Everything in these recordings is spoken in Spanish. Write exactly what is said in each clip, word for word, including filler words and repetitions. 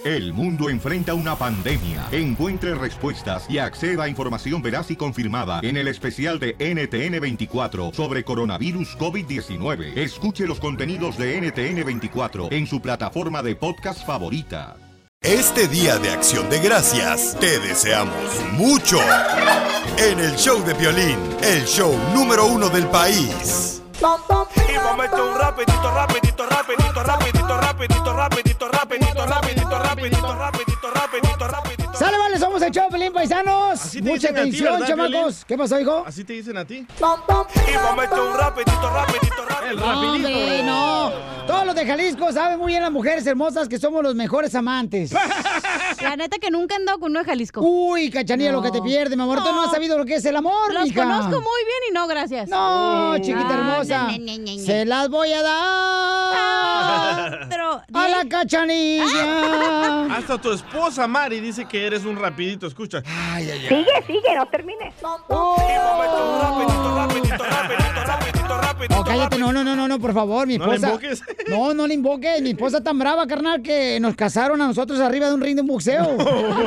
El mundo enfrenta una pandemia. Encuentre respuestas y acceda a información veraz y confirmada en el especial de N T N veinticuatro sobre coronavirus COVID diecinueve. Escuche los contenidos de N T N veinticuatro en su plataforma de podcast favorita. Este Día de Acción de Gracias, te deseamos mucho en el show de Piolín, el show número uno del país. Y vamos a meter un rapidito, rapidito, rapidito, rapidito, rapidito, rapidito, rapidito, rapidito, rapidito, rapidito, rapidito, rapidito. ¡Sale, vale! Somos el show, Piolín, paisanos. Así te Mucha dicen a ti, atención, ¿verdad, chamacos. Piolín? ¿Qué pasó, hijo? Así te dicen a ti. Y vamos a meter un rapidito, rapidito, rapidito. El No, hombre, rapidito. no. Todos los de Jalisco saben muy bien las mujeres hermosas que somos los mejores amantes. La neta que nunca he andado con uno de Jalisco. Uy, Cachanilla, No. lo que te pierde, mi amor. Tú no No. has sabido lo que es el amor, Los mija. conozco muy bien y no, gracias. No, Ah, chiquita hermosa. ñe, ñe, ñe, ñe. Se las voy a dar Otro. a la Cachanilla. Hasta tu esposa Mari dice que eres un rapidito, escucha. Ay, ay, ay. Sigue, sigue, no termine. Y vamos a meter un rapidito, rapidito, rapidito, rapidito, rapidito. No, cállate, no, no, no, no, no, por favor, mi No le esposa. invoques. No, no le invoques. Mi esposa tan brava, carnal, que nos casaron a nosotros arriba de un ring de boxeo. Y vamos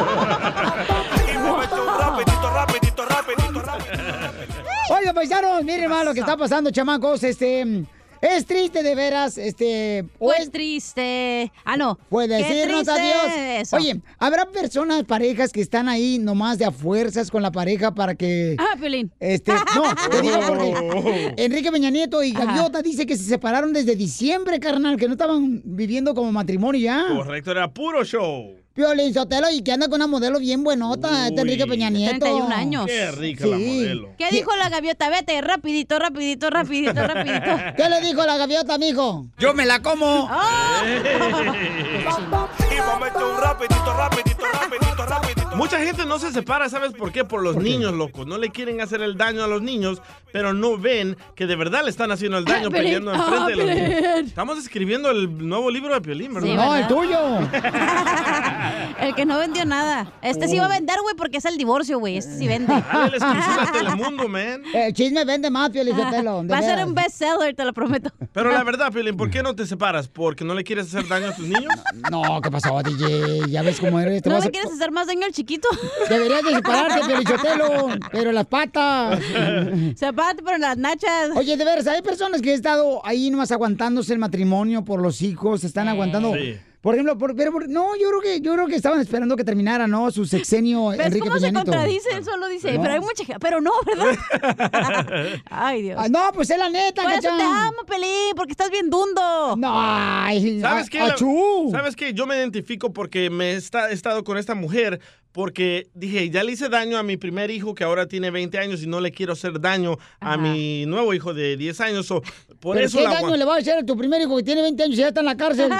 a meter un rapidito, rapidito, rapidito, rapidito. Oiga, paisanos, miren más lo que está pasando, chamacos. Este, es triste de veras, este... o Pues es- triste. Ah, no. Puede Qué decirnos triste adiós. eso. Oye, ¿habrá personas, parejas que están ahí nomás de a fuerzas con la pareja para que... Ah, Piolín. Este, no, te digo porque Enrique Peña Nieto y Ajá. Gaviota dice que se separaron desde diciembre, carnal, que no estaban viviendo como matrimonio ya. Correcto, era puro show. Piolín Sotelo, y que anda con una modelo bien buenota, este Uy, Enrique Peña Nieto. treinta y un años. Qué rica Sí. la modelo. ¿Qué dijo la gaviota? Vete, rapidito, rapidito, rapidito, rapidito. ¿Qué le dijo la Gaviota, mijo? Yo me la como. ¡Oh! Y vamos a meter un rapidito, rapidito, rapidito, rapidito. Mucha gente no se separa, ¿sabes por qué? Por los niños, locos. No le quieren hacer el daño a los niños, pero no ven que de verdad le están haciendo el daño Piolín. peleando enfrente de los Ah, niños. Piolín. Estamos escribiendo el nuevo libro de Piolín, ¿verdad? Sí, No, ¿verdad? el tuyo. El que no vendió nada. Este sí va a vender, güey, porque es el divorcio, güey. Este sí vende. Dale la exclusiva a Telemundo, man. El chisme vende más, Piolín Sotelo. de Va a ser veras. un bestseller, te lo prometo. Pero la verdad, Piolín, ¿por qué no te separas? ¿Porque no le quieres hacer daño a tus niños? No, ¿qué pasó, D J? Ya ves cómo eres. Te ¿No vas le a- quieres hacer más daño al chiquito? Deberías de separarte, Piolín Sotelo, pero las patas. Zapate por las nachas. Oye, de veras, hay personas que han estado ahí nomás aguantándose el matrimonio por los hijos, están Eh. aguantando. Sí. Por ejemplo, por- pero por- no, yo creo que yo creo que estaban esperando que terminara, ¿no? Su sexenio ¿Ves Enrique cómo Peña se Nieto. contradice? Él solo dice, No. pero hay mucha gente. Pero no, ¿verdad? Ay, Dios. Ah, no, pues es la neta, Por eso Cacha. te amo, Pelín, porque estás bien dundo. No, ay, ¿Sabes a- qué? La- achú. ¿Sabes qué? Yo me identifico porque me está- he estado con esta mujer porque dije, ya le hice daño a mi primer hijo que ahora tiene veinte años y no le quiero hacer daño a Ajá. mi nuevo hijo de diez años. So, por ¿Pero eso qué la daño agua- le va a hacer a tu primer hijo que tiene veinte años y ya está en la cárcel?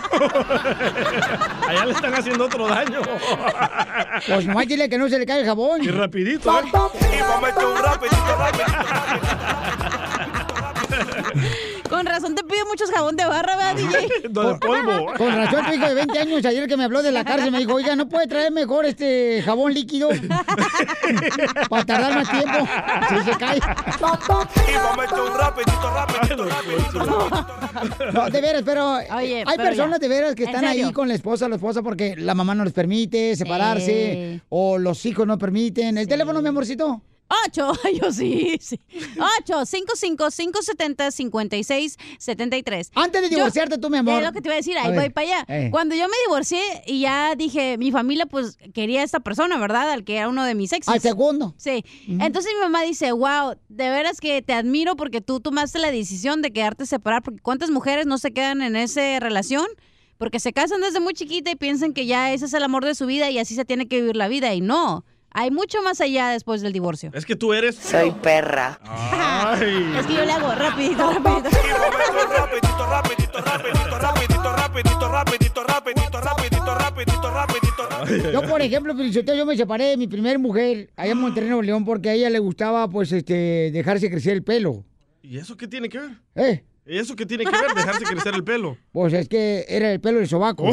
Allá le están haciendo otro daño. Pues nomás dile que no se le cae el jabón. Y rapidito, ¿eh? Y vamos a meter un rapidito, rapidito, rapidito. Con razón te pido muchos jabón de barra, ¿verdad, D J? No, de polvo. Con razón, tu hijo de veinte años, ayer que me habló de la cárcel, me dijo, oiga, ¿no puede traer mejor este jabón líquido? Para tardar más tiempo. Si se cae. Y vamos a meter un rapidito, rapidito, rapidito. No, de veras, pero Oye, hay pero personas ya. de veras que ¿En están ahí serio? con la esposa, la esposa porque la mamá no les permite separarse Sí. o los hijos no permiten. ¿El teléfono, mi amorcito? Ocho, yo sí, sí. Ocho, cinco, cinco, cinco, setenta, cincuenta y seis, setenta y tres. Antes de Yo- divorciarte tú, mi amor. Es lo que te iba a decir, A ahí ver, voy para allá. eh. Cuando yo me divorcié y ya dije, mi familia pues quería a esta persona, ¿verdad? Al que era uno de mis exes. Al segundo. Sí. Entonces mi mamá dice, wow, de veras que te admiro porque tú tomaste la decisión de quedarte separada, porque ¿cuántas mujeres no se quedan en esa relación? Porque se casan desde muy chiquita y piensan que ya ese es el amor de su vida y así se tiene que vivir la vida. Y no, hay mucho más allá después del divorcio. Es que tú eres... Soy perra. Ay. Es que yo le hago rapidito, rapidito. Y vamos a meter rapidito, rapidito, rapidito, rapidito, rapidito, rapidito, rapidito, rapidito, rapidito, rapidito, rapidito. Yo, por ejemplo, Feliciteo, yo me separé de mi primer mujer allá en Monterrey, Nuevo León, porque a ella le gustaba, pues, este, dejarse crecer el pelo. ¿Y eso qué tiene que ver? ¿Eh? ¿Y eso qué tiene que ver? Dejarse crecer el pelo. Pues es que era el pelo del sobaco.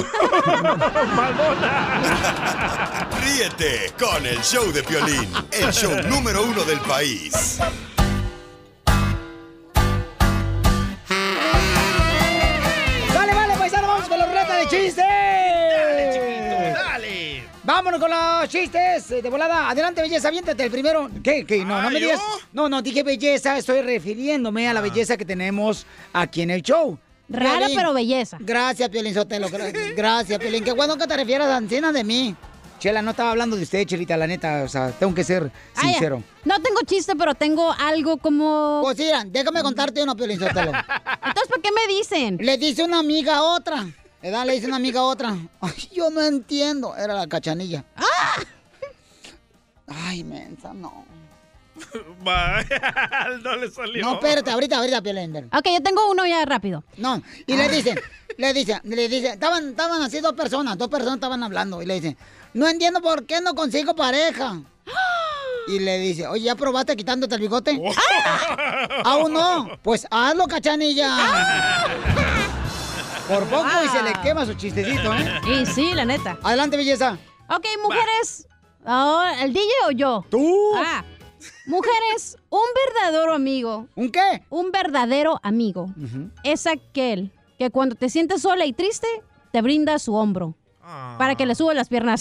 Ríete con el show de Piolín, el show número uno del país. ¡Vale, vale, paisano! ¡Vamos con la ruleta de chistes! Vámonos con los chistes de volada. Adelante, belleza, aviéntate el primero. ¿Qué? ¿Qué? No, Ah, no me ¿yo? digas. No, no, dije belleza. Estoy refiriéndome a la belleza que tenemos aquí en el show. Rara, Piolín. pero belleza. Gracias, Piolín Sotelo. gra- Gracias, Piolín. Qué bueno que te refieras a Ancina de mí. Chela, no estaba hablando de usted, Chelita, la neta. O sea, tengo que ser Ah, ya. sincero. No tengo chiste, pero tengo algo como... Pues mira, déjame contarte uno, Piolín Sotelo. Entonces, ¿por qué me dicen? Le dice una amiga a otra. ¿Verdad? Le dice una amiga a otra. Ay, yo no entiendo. Era la Cachanilla. Ay, mensa, no. Vaya, no le salió. No, espérate, ahorita, ahorita, Piolín. Ok, yo tengo uno ya rápido. No, y le dicen, le dicen, le dicen, estaban, estaban así dos personas, dos personas estaban hablando, y le dicen, no entiendo por qué no consigo pareja. Y le dice, oye, ¿ya probaste quitándote el bigote? ¿Aún no? Pues hazlo, Cachanilla. Por poco y se le quema su chistecito, ¿eh? Y sí, la neta. Adelante, belleza. Ok, mujeres. Oh, ¿el D J o yo? Tú. Ah. Mujeres, un verdadero amigo. ¿Un qué? Un verdadero amigo es aquel que cuando te sientes sola y triste, te brinda su hombro. Ah. Para que le suba las piernas.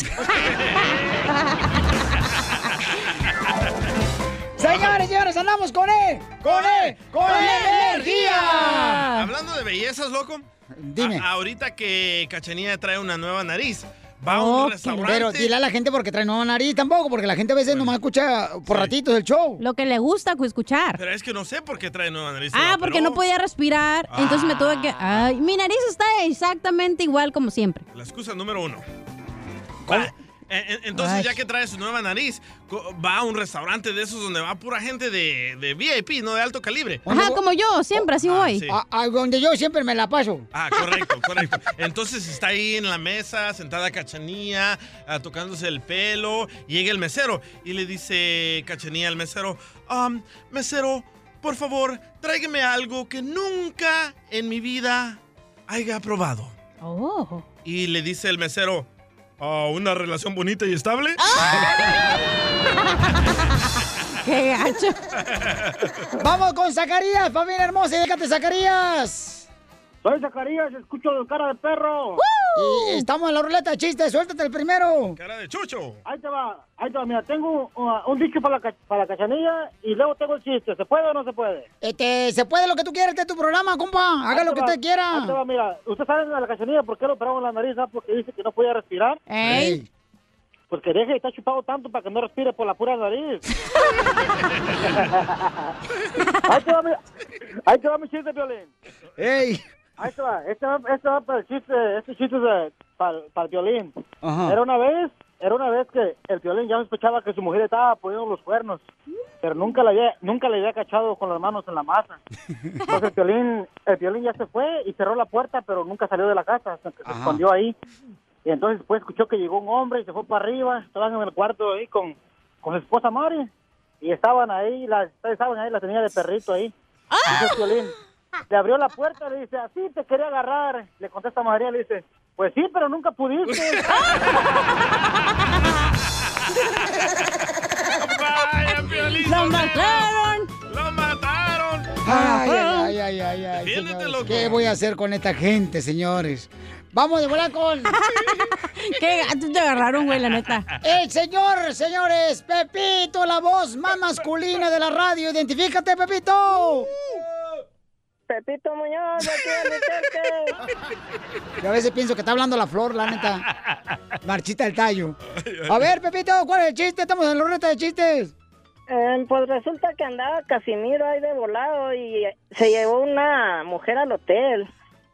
Señores, señores, andamos con él. Con él. Con energía. Hablando de bellezas, loco. Dime. a- ahorita que Cachanilla trae una nueva nariz, va a Oh, un restaurante. Pero dile a la gente porque trae nueva nariz tampoco, porque la gente a veces nomás escucha por ratitos el show. Lo que le gusta escuchar. Pero es que no sé por qué trae nueva nariz. se Ah, la porque operó. no podía respirar. Entonces me tuve que... Ay, mi nariz está exactamente igual como siempre. La excusa número uno. Va, en- en- Entonces, Ay. ya que trae su nueva nariz, co- va a un restaurante de esos donde va pura gente de, de V I P, no de alto calibre. Ajá, como yo, siempre así Ah, voy. sí. A, a donde yo siempre me la paso. Ah, correcto, correcto. Entonces está ahí en la mesa, sentada Cachanilla, ah, tocándose el pelo. Y llega el mesero y le dice Cachanilla al mesero, "Um, mesero, por favor, tráigame algo que nunca en mi vida haya probado." Oh. Y le dice el mesero, "Ah, ¿una relación bonita y estable?" ¡Qué gacho! Vamos con Zacarías, familia hermosa, y déjate, Zacarías. Soy Zacarías, escucho de cara de perro. Y estamos en la ruleta de chistes, suéltate el primero. Cara de chucho. Ahí te va, ahí te va. Mira, tengo uh, un dicho para la, ca- para la Cachanilla y luego tengo el chiste. ¿Se puede o no se puede? Este, se puede lo que tú quieras, este es tu programa, compa. Haga Ahí lo te que va, usted quiera. Ahí te va, mira, usted sabe de la Cachanilla por qué lo operaron en la nariz, ¿ah? Porque dice que no podía respirar. ¡Ey! Ey. Porque deje de estar chupado tanto para que no respire por la pura nariz. Ahí te va, mira. Ahí te va mi chiste, Violín. Ey. Ahí te va, este va, este va para el chiste, este chiste es de, para, para el Violín. Ajá. Era una vez, era una vez que el Violín ya sospechaba que su mujer estaba poniendo los cuernos, pero nunca le había, nunca le había cachado con las manos en la masa. Entonces el Violín, el Violín ya se fue y cerró la puerta, pero nunca salió de la casa, se, se Ajá. escondió ahí. Y entonces después escuchó que llegó un hombre y se fue para arriba, estaban en el cuarto ahí con, con su esposa Mari, y estaban ahí, las, estaban ahí, la tenía de perrito ahí. Dice el Violín, le abrió la puerta, le dice, así te quería agarrar. Le contesta María, le dice, pues sí, pero nunca pudiste. ¡Vaya, Piolín! ¡Lo mataron! ¡Lo mataron! Ay, ay, ay, ay, ay, Defiéndete, señores. loco. ¿Qué voy a hacer con esta gente, señores? Vamos de volar con ¡Qué gato te agarraron, güey, la neta! el señor, señores, Pepito, la voz más masculina de la radio. Identifícate, Pepito. Pepito Muñoz, aquí en Albuquerque. Yo a veces pienso que está hablando la flor, la neta. Marchita el tallo. A ver, Pepito, ¿cuál es el chiste? Estamos en la ruleta de chistes. Eh, pues resulta que andaba Casimiro ahí de volado y se llevó una mujer al hotel.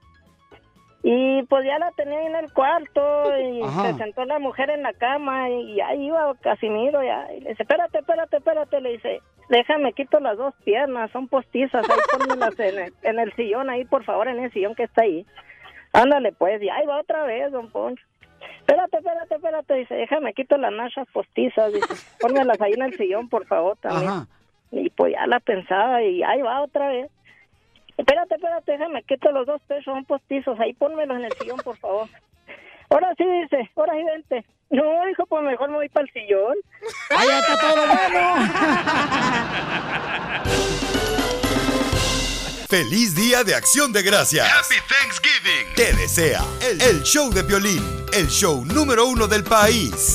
Y pues ya la tenía ahí en el cuarto y Ajá. se sentó la mujer en la cama y ahí iba Casimiro ya. Y le dice, espérate, espérate, espérate, le dice, déjame, quito las dos piernas, son postizas, ahí pónmelas en el, en el sillón ahí, por favor, en el sillón que está ahí. Ándale pues, y ahí va otra vez, don Poncho. Espérate, espérate, espérate, dice, déjame, quito las nachas postizas, dice, pónmelas ahí en el sillón, por favor, también. Ajá. Y pues ya la pensaba y ahí va otra vez. Espérate, espérate, déjame, quito los dos pechos, son postizos, ahí pónmelos en el sillón, por favor. Ahora sí, dice, ahora sí vente. No, hijo, pues mejor me voy para el sillón. ¡Ahí está todo bueno! ¡Feliz Día de Acción de Gracias! ¡Happy Thanksgiving! Te desea el, el show de Piolín, el show número uno del país.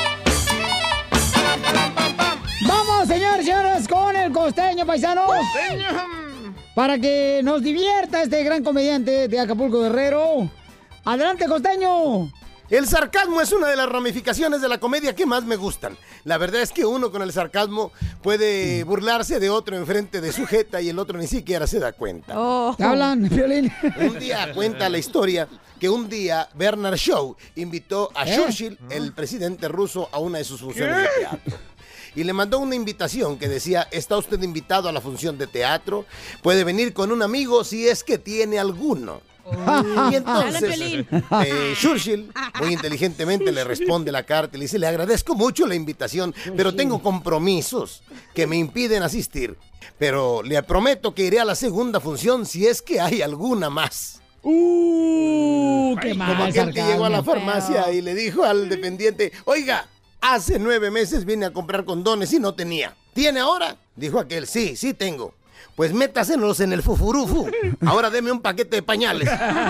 Vamos, señores, señores, con el costeño, paisanos. ¡Costeño! Para que nos divierta este gran comediante de Acapulco, Guerrero. ¡Adelante, costeño! El sarcasmo es una de las ramificaciones de la comedia que más me gustan. La verdad es que uno con el sarcasmo puede burlarse de otro enfrente de su jeta y el otro ni siquiera se da cuenta. Oh. ¿Te hablan, Piolín? Un día cuenta la historia que un día Bernard Shaw invitó a ¿Eh? Churchill, el presidente ruso, a una de sus funciones de teatro. Y le mandó una invitación que decía: está usted invitado a la función de teatro, puede venir con un amigo si es que tiene alguno. Oh. Y entonces eh, Churchill muy inteligentemente le responde la carta y le dice: le agradezco mucho la invitación, pero tengo compromisos que me impiden asistir, pero le prometo que iré a la segunda función si es que hay alguna más. Uh, qué mal, Como aquel que llegó a la farmacia y le dijo al dependiente: oiga, hace nueve meses vine a comprar condones y no tenía. ¿Tiene ahora? Dijo aquel: sí, sí tengo. Pues métasenos en el fufurufu. Ahora deme un paquete de pañales.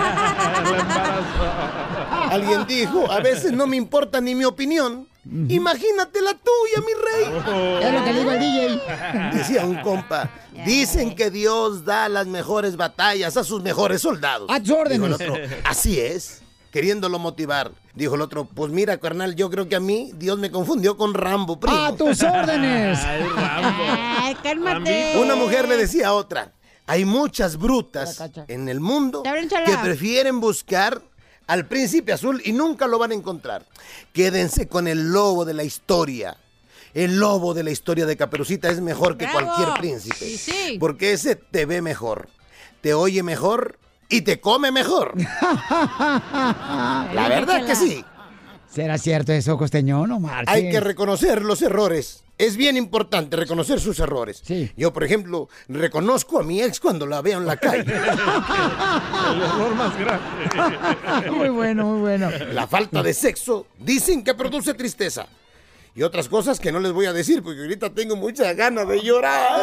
Alguien dijo: a veces no me importa ni mi opinión. Imagínate la tuya, mi rey. Es lo que le digo al D J. Decía un compa: dicen que Dios da las mejores batallas a sus mejores soldados. A tus órdenes. Dijo el otro: así es. Queriéndolo motivar. Dijo el otro: pues mira, carnal, yo creo que a mí Dios me confundió con Rambo, primo. ¡A tus órdenes! Ay, Rambo. Ay, cálmate. Una mujer le decía a otra: hay muchas brutas en el mundo que prefieren buscar al príncipe azul y nunca lo van a encontrar. Quédense con el lobo de la historia. El lobo de la historia de Caperucita es mejor que ¡Bravo! cualquier príncipe. Sí, sí. Porque ese te ve mejor, te oye mejor y te come mejor. La verdad que sí. ¿Será cierto eso, costeño? No marches. Hay que reconocer los errores. Es bien importante reconocer sus errores. Sí. Yo, por ejemplo, reconozco a mi ex cuando la veo en la calle. El error más grande. Muy bueno, muy bueno. La falta de sexo dicen que produce tristeza. Y otras cosas que no les voy a decir porque ahorita tengo muchas ganas de llorar.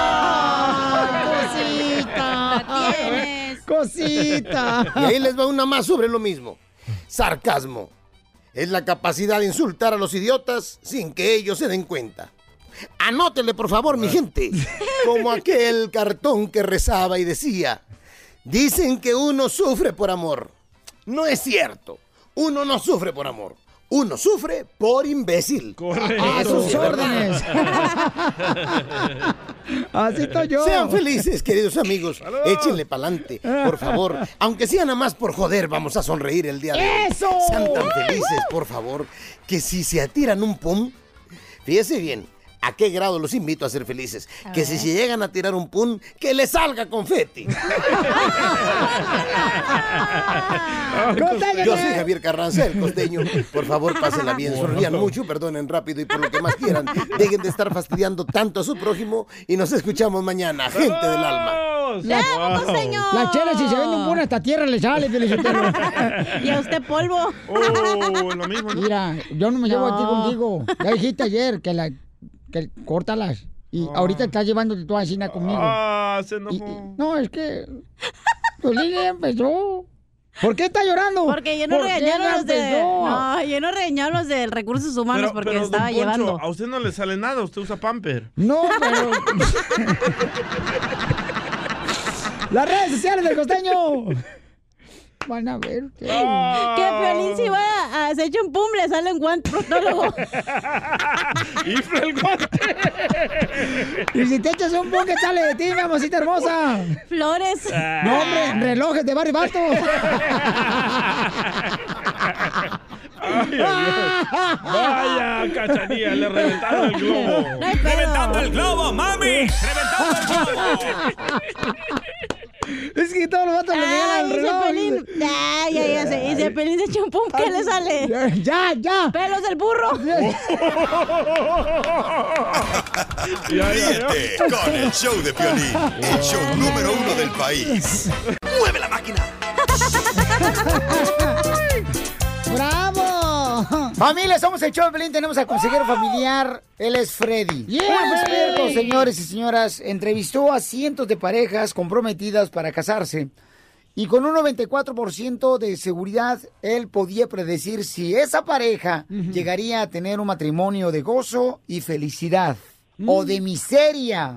¡Cosita! Tienes. ¡Cosita! Y ahí les va una más sobre lo mismo. Sarcasmo es la capacidad de insultar a los idiotas sin que ellos se den cuenta. Anótele, por favor, mi gente. Como aquel cartón que rezaba y decía: dicen que uno sufre por amor. No es cierto. Uno no sufre por amor. Uno sufre por imbécil. Correcto. ¡A sus órdenes! Así estoy yo. Sean felices, queridos amigos. Échenle pa'lante, por favor. Aunque sea nada más por joder, vamos a sonreír el día de hoy. ¡Eso! Sean tan felices, por favor, que si se atiran un pum, fíjese bien, ¿a qué grado los invito a ser felices? A que ver. si se llegan a tirar un pum, que les salga confeti. Yo soy Javier Carranza, el costeño. Por favor, pásenla bien, sonrían mucho, perdonen rápido y por lo que más quieran. Dejen de estar fastidiando tanto a su prójimo y nos escuchamos mañana, gente del alma. ¡Ya, costeño! La chela, si se vende un puro, hasta tierra le sale, Felicitero. Y a usted polvo. Oh, lo mismo, ¿no? Mira, yo no me llevo No. aquí contigo. Ya dijiste ayer que la... que córtalas. Y ahorita estás llevándote toda así conmigo. Ah, se Y- enojó. y- no, es que... Piolín ya empezó. ¿Por qué está llorando? Porque yo no ¿Por qué regañé a ya los de... empezó? No, yo no regañé a los de recursos humanos Pero, porque pero, estaba don Poncho, llevando. a usted no le sale nada, usted usa pamper. No, pero... Las redes sociales del costeño. Van a ver ustedes. Que Piolín si va a, a se echa un pum, le sale un guante proctólogo. ¡Infla el guante! Y si te echas un pum, ¿qué sale de ti, mi amorcita hermosa? Flores. No, hombre, relojes de Barry Basto. Ay, ay, ay. Vaya, Cachanilla, le reventaron el globo. No hay pedo. ¡Reventando el globo, mami! ¡Reventando el globo! Es que todos los vatos le regalan Ay, el ese reloj. Pelín. Ay, ya, ya sé. Y si Pelín se echa un pum, ¿qué le sale? Ya, ya. Pelos del burro. Ríete con el show de Piolín, el show número uno del país. ¡Mueve la máquina! ¡Bravo! Familia, somos el show de Pelín, tenemos al consejero familiar, él es Freddy. Yeah, Un experto, Freddy. señores y señoras, entrevistó a cientos de parejas comprometidas para casarse y con un noventa y cuatro por ciento de seguridad, él podía predecir si esa pareja llegaría a tener un matrimonio de gozo y felicidad o de miseria.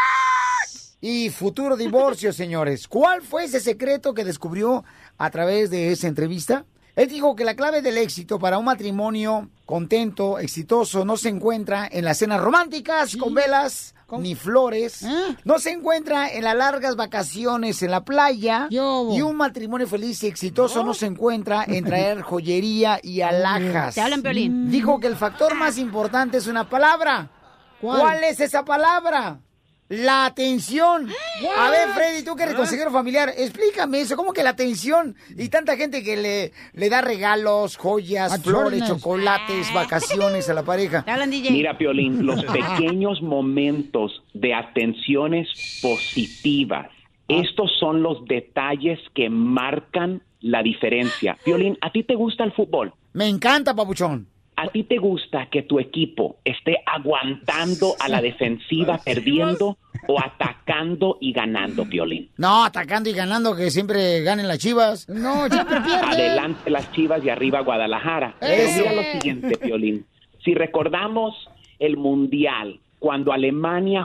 Y futuro divorcio, señores. ¿Cuál fue ese secreto que descubrió a través de esa entrevista? Él dijo que la clave del éxito para un matrimonio contento, exitoso, no se encuentra en las cenas románticas con velas ni flores. No se encuentra en las largas vacaciones en la playa. Y un matrimonio feliz y exitoso no, se encuentra en traer joyería y alhajas. Te hablan, Piolín. Dijo que el factor más importante es una palabra. ¿Cuál? ¿Cuál es esa palabra? La atención. A ver, Freddy, tú que eres consejero familiar, explícame eso. ¿Cómo que la atención? Y tanta gente que le, le da regalos, joyas, flores, chocolates, vacaciones a la pareja. Mira, Piolín, los pequeños momentos de atenciones positivas, estos son los detalles que marcan la diferencia. Piolín, ¿a ti te gusta el fútbol? Me encanta, papuchón. ¿A ti te gusta que tu equipo esté aguantando a la defensiva, perdiendo, o atacando y ganando, Piolín? No, atacando y ganando, que siempre ganen las Chivas. No, siempre pierden. Adelante las Chivas y arriba Guadalajara. Pero Eso. mira lo siguiente, Piolín. Si recordamos el Mundial, cuando Alemania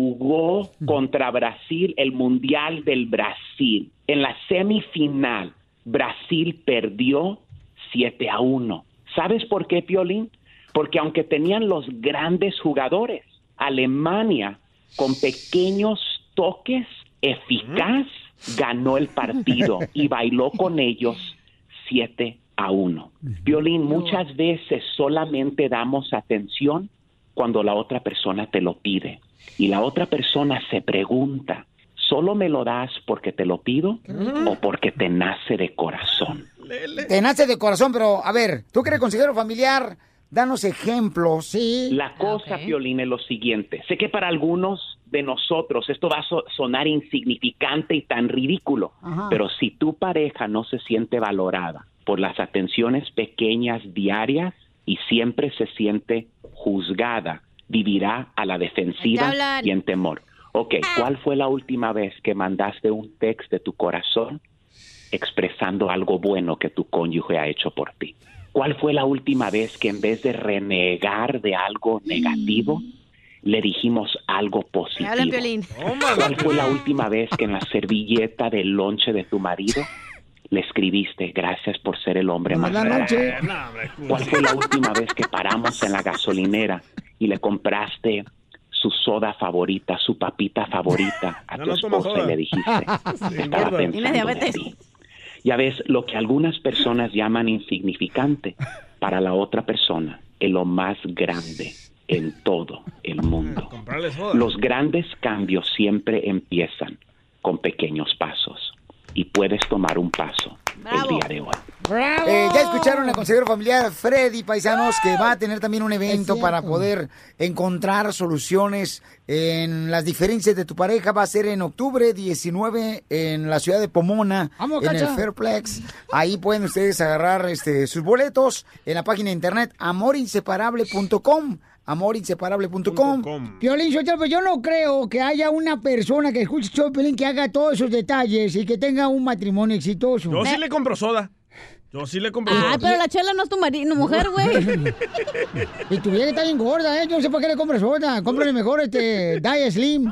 jugó contra Brasil, el Mundial del Brasil, en la semifinal, Brasil perdió siete a uno. ¿Sabes por qué, Piolín? Porque aunque tenían los grandes jugadores, Alemania, con pequeños toques, eficaz, ganó el partido y bailó con ellos siete a uno. Piolín, muchas veces solamente damos atención cuando la otra persona te lo pide. Y la otra persona se pregunta, ¿solo me lo das porque te lo pido o porque te nace de corazón? Te nace de corazón, pero a ver, tú que eres consejero familiar, danos ejemplos, ¿sí? La cosa, okay, Piolín, es lo siguiente. Sé que para algunos de nosotros esto va a so- sonar insignificante y tan ridículo, Ajá. pero si tu pareja no se siente valorada por las atenciones pequeñas diarias y siempre se siente juzgada, vivirá a la defensiva y en temor. Ok, ¿cuál fue la última vez que mandaste un text de tu corazón expresando algo bueno que tu cónyuge ha hecho por ti? ¿Cuál fue la última vez que en vez de renegar de algo negativo, le dijimos algo positivo? ¿Cuál fue la última vez que en la servilleta del lonche de tu marido le escribiste gracias por ser el hombre más grande? ¿Cuál fue la última vez que paramos en la gasolinera y le compraste su soda favorita, su papita favorita a No, tu no toma esposa soda. y le dijiste, Sí, estaba gordo. pensando Tiene diabetes. en ti? Ya ves, lo que algunas personas llaman insignificante, para la otra persona es lo más grande en todo el mundo. Comprarle soda. Los grandes cambios siempre empiezan con pequeños pasos y puedes tomar un paso el día de hoy. Eh, ya escucharon al consejero familiar Freddy, paisanos, que va a tener también un evento para poder encontrar soluciones en las diferencias de tu pareja. Va a ser en octubre diecinueve en la ciudad de Pomona, Vamos, en el Cacha. Fairplex. Ahí pueden ustedes agarrar este, sus boletos en la página de internet amor inseparable punto com. amor inseparable punto com. Piolín, Sotelo, pues yo no creo que haya una persona que escuche show, Piolín, que haga todos esos detalles y que tenga un matrimonio exitoso. Yo sí le compro soda. Yo sí le compro Ay, soda. pero la Chela no es tu marido, mujer, güey. Y tu vieja está bien gorda, ¿eh? Yo no sé por qué le compras soda. Cómprale mejor este Diet Slim.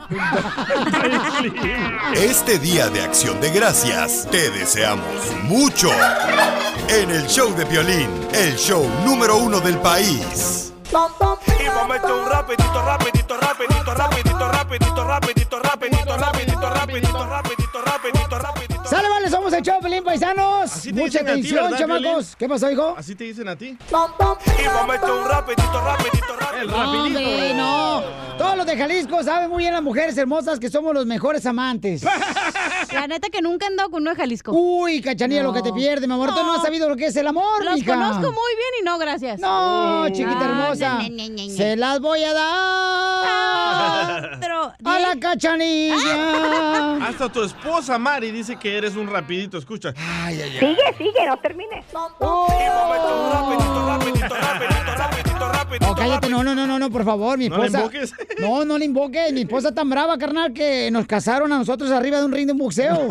Este Día de Acción de Gracias te deseamos mucho en el show de Piolín, el show número uno del país. Y vamos a meter un rapidito, rapidito, rapidito, rapidito, rapidito, rapidito, rapidito, rapidito, rapidito, rapidito, rapidito, rapidito. ¡Sale, vale! Somos el show, Piolín, paisanos. Así te Mucha dicen a ti, atención, ¿verdad, chamacos. Piolín? ¿Qué pasó, hijo? Así te dicen a ti. Y vamos a meter un rapidito, rapidito, El rapidito. rapidito. Hombre, no. Todos los de Jalisco saben muy bien las mujeres hermosas que somos los mejores amantes. La neta que nunca han dado con uno de Jalisco. Uy, Cachanilla, No. lo que te pierde, mi amor. Tú no has sabido lo que es el amor, Los mija. conozco muy bien y no, gracias. No, Oh. chiquita Ah, hermosa. ñe, ñe, ñe, ñe. Se las voy a dar Pero, a la Cachanilla. Hasta tu esposa Mari dice que eres un rapidito, escucha. Sigue, sigue, no termine. Y vamos a meter un rapidito, rapidito, rapidito, no, no, no, no, no, por favor, mi ¿No le esposa. invoques? No, no le invoques. Mi esposa tan brava, carnal, que nos casaron a nosotros arriba de un ring de boxeo.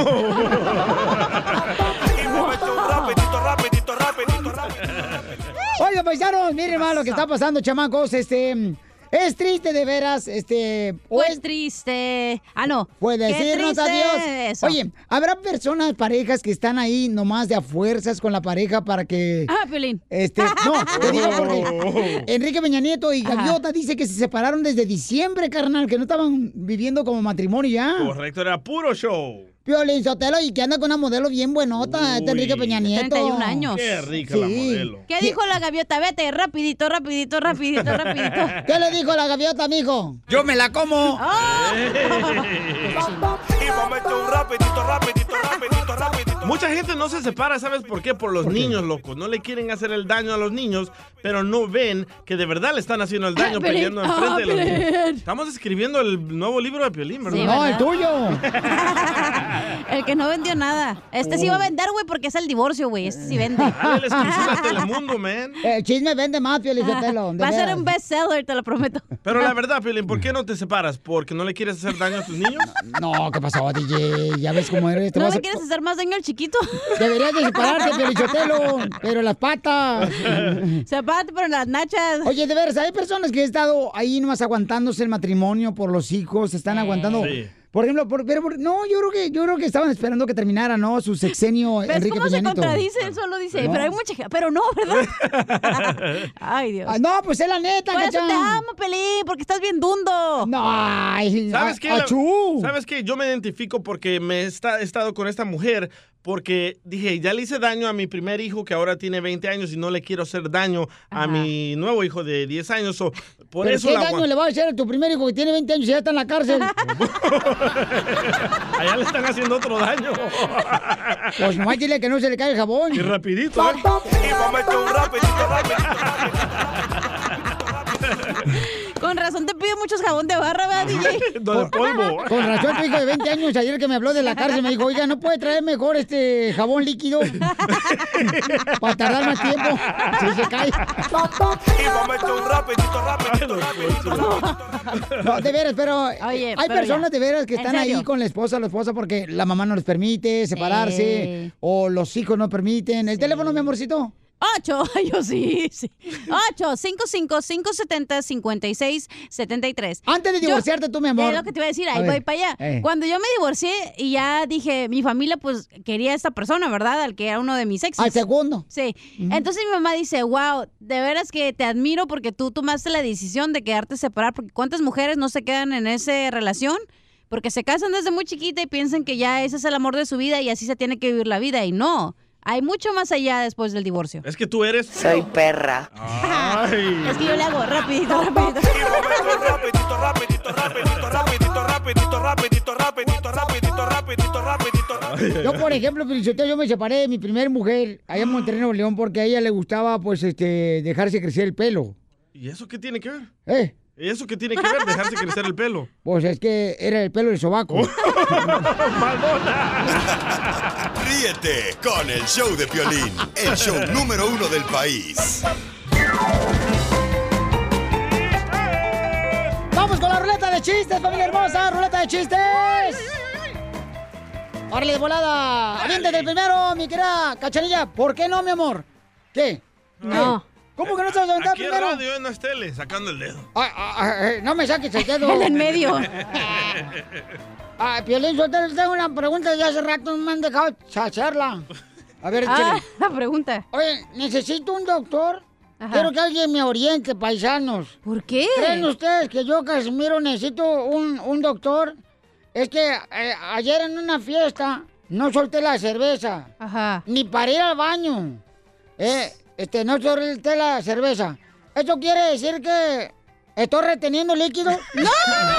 Rapidito, rapidito, rapidito, rapidito. Oiga, paisanos, miren, hermano, lo que está pasando, chamacos, este... Es triste, de veras, este... Pues es triste. Ah, no. Puede Qué decirnos triste adiós. eso. Oye, ¿habrá personas, parejas que están ahí nomás de a fuerzas con la pareja para que... Ah, Piolín. Este, no, te digo porque Enrique Peña Nieto y Ajá. Gaviota dice que se separaron desde diciembre, carnal, que no estaban viviendo como matrimonio ya. Correcto, era puro show. Piolín Sotelo, y que anda con una modelo bien buenota, este Enrique Peña Nieto. treinta y un años. Qué rica Sí. la modelo. ¿Qué dijo la gaviota? Vete, rapidito, rapidito, rapidito, rapidito. ¿Qué le dijo la gaviota, mijo? Yo me la como. Y momento un rapidito, rapidito, rapidito, rapidito. Mucha gente no se separa, ¿sabes por qué? Por los niños, locos. No le quieren hacer el daño a los niños, pero no ven que de verdad le están haciendo el daño Piolín. peleando enfrente Ah, de los niños. Piolín. Estamos escribiendo el nuevo libro de Piolín, ¿verdad? Sí, No, ¿verdad? el tuyo. El que no vendió nada. Este sí va a vender, güey, porque es el divorcio, güey. Este sí vende. Dale la exclusiva a Telemundo, man. El chisme vende más, Piolín Sotelo. de Va a ser veras. un bestseller, te lo prometo. Pero la verdad, Piolín, ¿por qué no te separas? ¿Porque no le quieres hacer daño a tus niños? No, ¿qué pasó, D J? Ya ves cómo eres. Te ¿No vas le a- quieres hacer más daño al chiquito? Deberías de separarte, Piolín Sotelo, pero las patas. Sepárate, pero las nachas. Oye, de veras, hay personas que han estado ahí nomás aguantándose el matrimonio por los hijos, están aguantando. Sí. Por ejemplo, por- pero por- no, yo creo que yo creo que estaban esperando que terminara, ¿no? Su sexenio ¿Ves Enrique cómo Peña se Nieto. contradice? Él solo dice, No. pero hay mucha gente. Pero no, ¿verdad? Ay, Dios. Ah, no, pues es la neta, Por eso Cacha. te amo, Pelín, porque estás bien dundo. No, ay, ¿Sabes a- qué? La- achú. ¿Sabes qué? Yo me identifico porque me está- he estado con esta mujer porque dije, ya le hice daño a mi primer hijo que ahora tiene veinte años y no le quiero hacer daño a Ajá. mi nuevo hijo de diez años. So, por ¿Pero eso qué la daño agua- le va a hacer a tu primer hijo que tiene veinte años y ya está en la cárcel? Allá le están haciendo otro daño. Pues nomás dile que no se le cae el jabón. Y rapidito, ¿eh? Y momento un rapidito, rapidito, rapidito. Con razón te pido muchos jabón de barra, ¿verdad, D J? No, de polvo. Con razón, tu hijo de veinte años, ayer que me habló de la cárcel, me dijo, oiga, ¿no puede traer mejor este jabón líquido? Para tardar más tiempo. Si se cae. Y momento un rapidito, rapidito, rapidito. No, de veras, pero Oye, hay pero personas ya. de veras que ¿En están ahí serio? con la esposa, la esposa porque la mamá no les permite separarse Sí. o los hijos no permiten. ¿El teléfono, mi amorcito? Ocho, yo sí, sí. Ocho, cinco, cinco, cinco, setenta, cincuenta y seis, setenta y tres. Antes de Yo- divorciarte tú, mi amor. Es lo que te iba a decir, A ahí ver, voy para allá. eh. Cuando yo me divorcié y ya dije, mi familia pues quería a esta persona, ¿verdad? Al que era uno de mis exes. Al segundo. Sí. Entonces mi mamá dice, wow, de veras que te admiro porque tú tomaste la decisión de quedarte separada, porque ¿cuántas mujeres no se quedan en esa relación? Porque se casan desde muy chiquita y piensan que ya ese es el amor de su vida y así se tiene que vivir la vida. Y no, hay mucho más allá después del divorcio. Es que tú eres... Soy perra. Ay. Es que yo le hago rapidito, rapidito. Y momento rapidito, rapidito, rapidito, rapidito, rapidito, rapidito, rapidito, rapidito, rapidito, rapidito, rapidito. Yo, por ejemplo, Feliciteo, yo me separé de mi primer mujer allá en Monterrey, Nuevo León, porque a ella le gustaba, pues, este, dejarse crecer el pelo. ¿Y eso qué tiene que ver? ¿Eh? ¿Y eso qué tiene que ver? Dejarse crecer el pelo. Pues es que era el pelo del sobaco. Ríete con el show de Piolín, el show número uno del país. ¡Vamos con la ruleta de chistes, familia hermosa! ¡Ruleta de chistes! ¡Órale, de volada! ¡Aviéntate el primero, mi querida Cachanilla! ¿Por qué no, mi amor? ¿Qué? No. ¿Cómo que no te vas a aventar Aquí en primero? radio, en las tele, sacando el dedo. Ah, ah, ah, eh, no me saques el dedo. El en medio. Ah, Piolín, yo te tengo una pregunta de hace rato, no me han dejado hacerla. A ver, Ah, échale. la pregunta. Oye, necesito un doctor. Ajá. Quiero que alguien me oriente, paisanos. ¿Por qué? ¿Creen ustedes que yo, Casimiro, necesito un, un doctor? Es que eh, ayer en una fiesta no solté la cerveza. Ajá. Ni para ir al baño. Eh, este, no solté la cerveza. ¿Esto quiere decir que estoy reteniendo líquido? ¡No!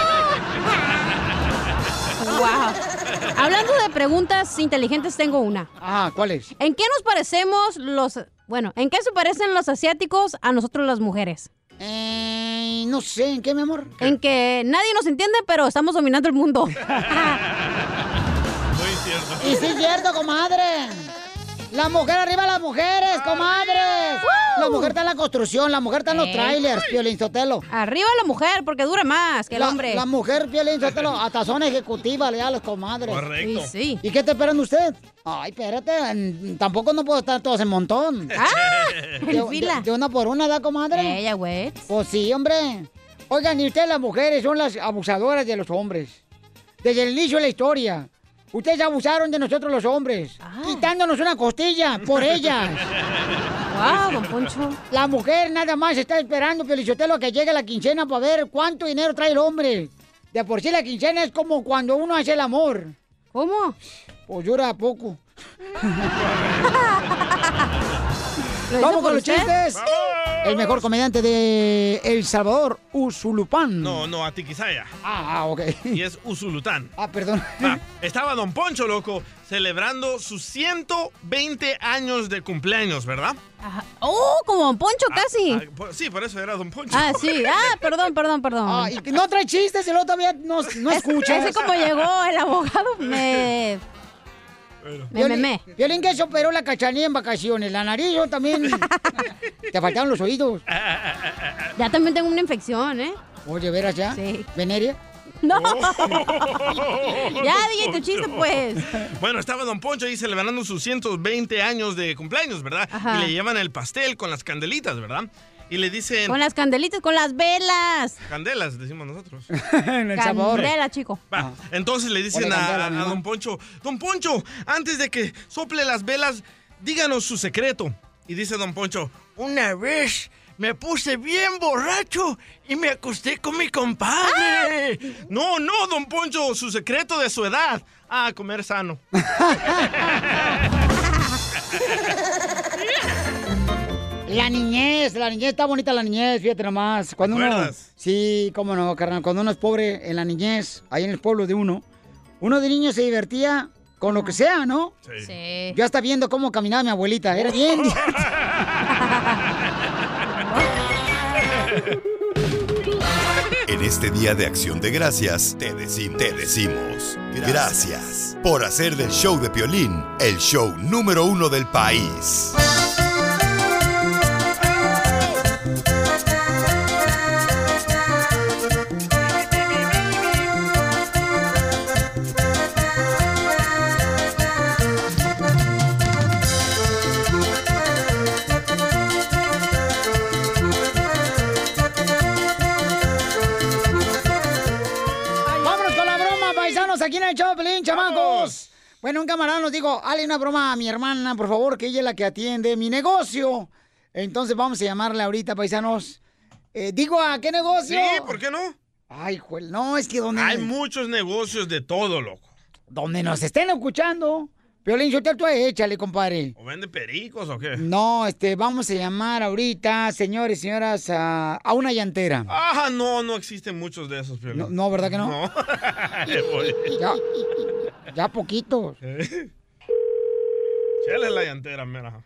Wow. Hablando de preguntas inteligentes, tengo una. Ah, ¿cuál es? ¿En qué nos parecemos los... Bueno, ¿en qué se parecen los asiáticos a nosotros las mujeres? Eh, no sé, ¿en qué, mi amor? En que nadie nos entiende, pero estamos dominando el mundo. Muy cierto. Y sí es cierto, comadre. La mujer arriba, las mujeres, comadres. ¡Woo! La mujer está en la construcción, la mujer está en los Eh. trailers, Piolín Sotelo. Arriba la mujer, porque dura más que el la, hombre. La mujer, Piolín Sotelo, hasta zona ejecutiva, le da a los comadres. Correcto. Sí, sí. ¿Y qué te esperan usted? Ay, espérate, mm, tampoco no puedo estar todos en montón. ¡Ah! De, En fila. de- de una por una, ¿da, comadre? Ella, güey. Pues sí, hombre. Oigan, y ustedes las mujeres son las abusadoras de los hombres. Desde el inicio de la historia. Ustedes abusaron de nosotros los hombres, quitándonos una costilla por ellas. Wow, don Poncho. La mujer nada más está esperando, Piolichotelo, a que llegue la quincena para ver cuánto dinero trae el hombre. De por sí la quincena es como cuando uno hace el amor. ¿Cómo? Pues dura poco. ¿Lo hizo Vamos por con los usted? chistes. El mejor comediante de El Salvador, Usulupán. No, no, Atiquizaya. Ah, ok. Y es Usulután. Ah, perdón. Va, estaba Don Poncho, loco, celebrando sus ciento veinte años de cumpleaños, ¿verdad? Ajá. ¡Oh, como don Poncho casi! Ah, por- sí, por eso era Don Poncho. Ah, sí. Ah, perdón, perdón, perdón. Ah, y que no trae chistes y luego todavía no, no Es- escuchas. Ese como llegó el abogado, me... Me memé. Violín que se operó la Cachanilla en vacaciones. La nariz yo también. Te faltaron los oídos. Ya también tengo una infección, ¿eh? Oye, ¿veras ya? Sí. ¿Veneria? No. Ya, dije tu chiste, pues. Bueno, estaba Don Poncho ahí celebrando sus ciento veinte años de cumpleaños, ¿verdad? Ajá. Y le llevan el pastel con las candelitas, ¿verdad? Y le dicen... Con las candelitas, con las velas. Candelas, decimos nosotros. En el sabor. Candela, chico. Va, entonces le dicen Ponle a, candela, a mi amor. Don Poncho, Don Poncho, antes de que sople las velas, díganos su secreto. Y dice Don Poncho, una vez me puse bien borracho y me acosté con mi compadre. No, no, Don Poncho, su secreto de su edad. Ah, comer sano. La niñez, la niñez, está bonita la niñez, fíjate nomás. Cuando ¿Te uno, acuerdas? sí, cómo no, carnal. Cuando uno es pobre en la niñez, ahí en el pueblo de uno, uno de niño se divertía con lo que sea, ¿no? Sí. Sí. Yo hasta viendo cómo caminaba mi abuelita, era bien. En este Día de Acción de Gracias, te, decim- te decimos gracias por hacer del show de Piolín el show número uno del país. ¡Vámonos con la broma, paisanos! Aquí en el show, Pelín, chamacos. Bueno, un camarada nos dijo, hazle una broma a mi hermana, por favor, que ella es la que atiende mi negocio. Entonces vamos a llamarle ahorita, paisanos. Eh, digo, ¿a qué negocio? Sí, ¿por qué no? Ay, juel, no, es que donde... Hay muchos negocios de todo, loco. Donde nos estén escuchando. Piolín, yo te tú échale, compadre. ¿O vende pericos o qué? No, este, vamos a llamar ahorita, señores y señoras, a, a una llantera. Ah, no, no existen muchos de esos, Piolín. No, no, ¿verdad que no? No. Le voy. Ya, ya poquitos. Chale la llantera, mira.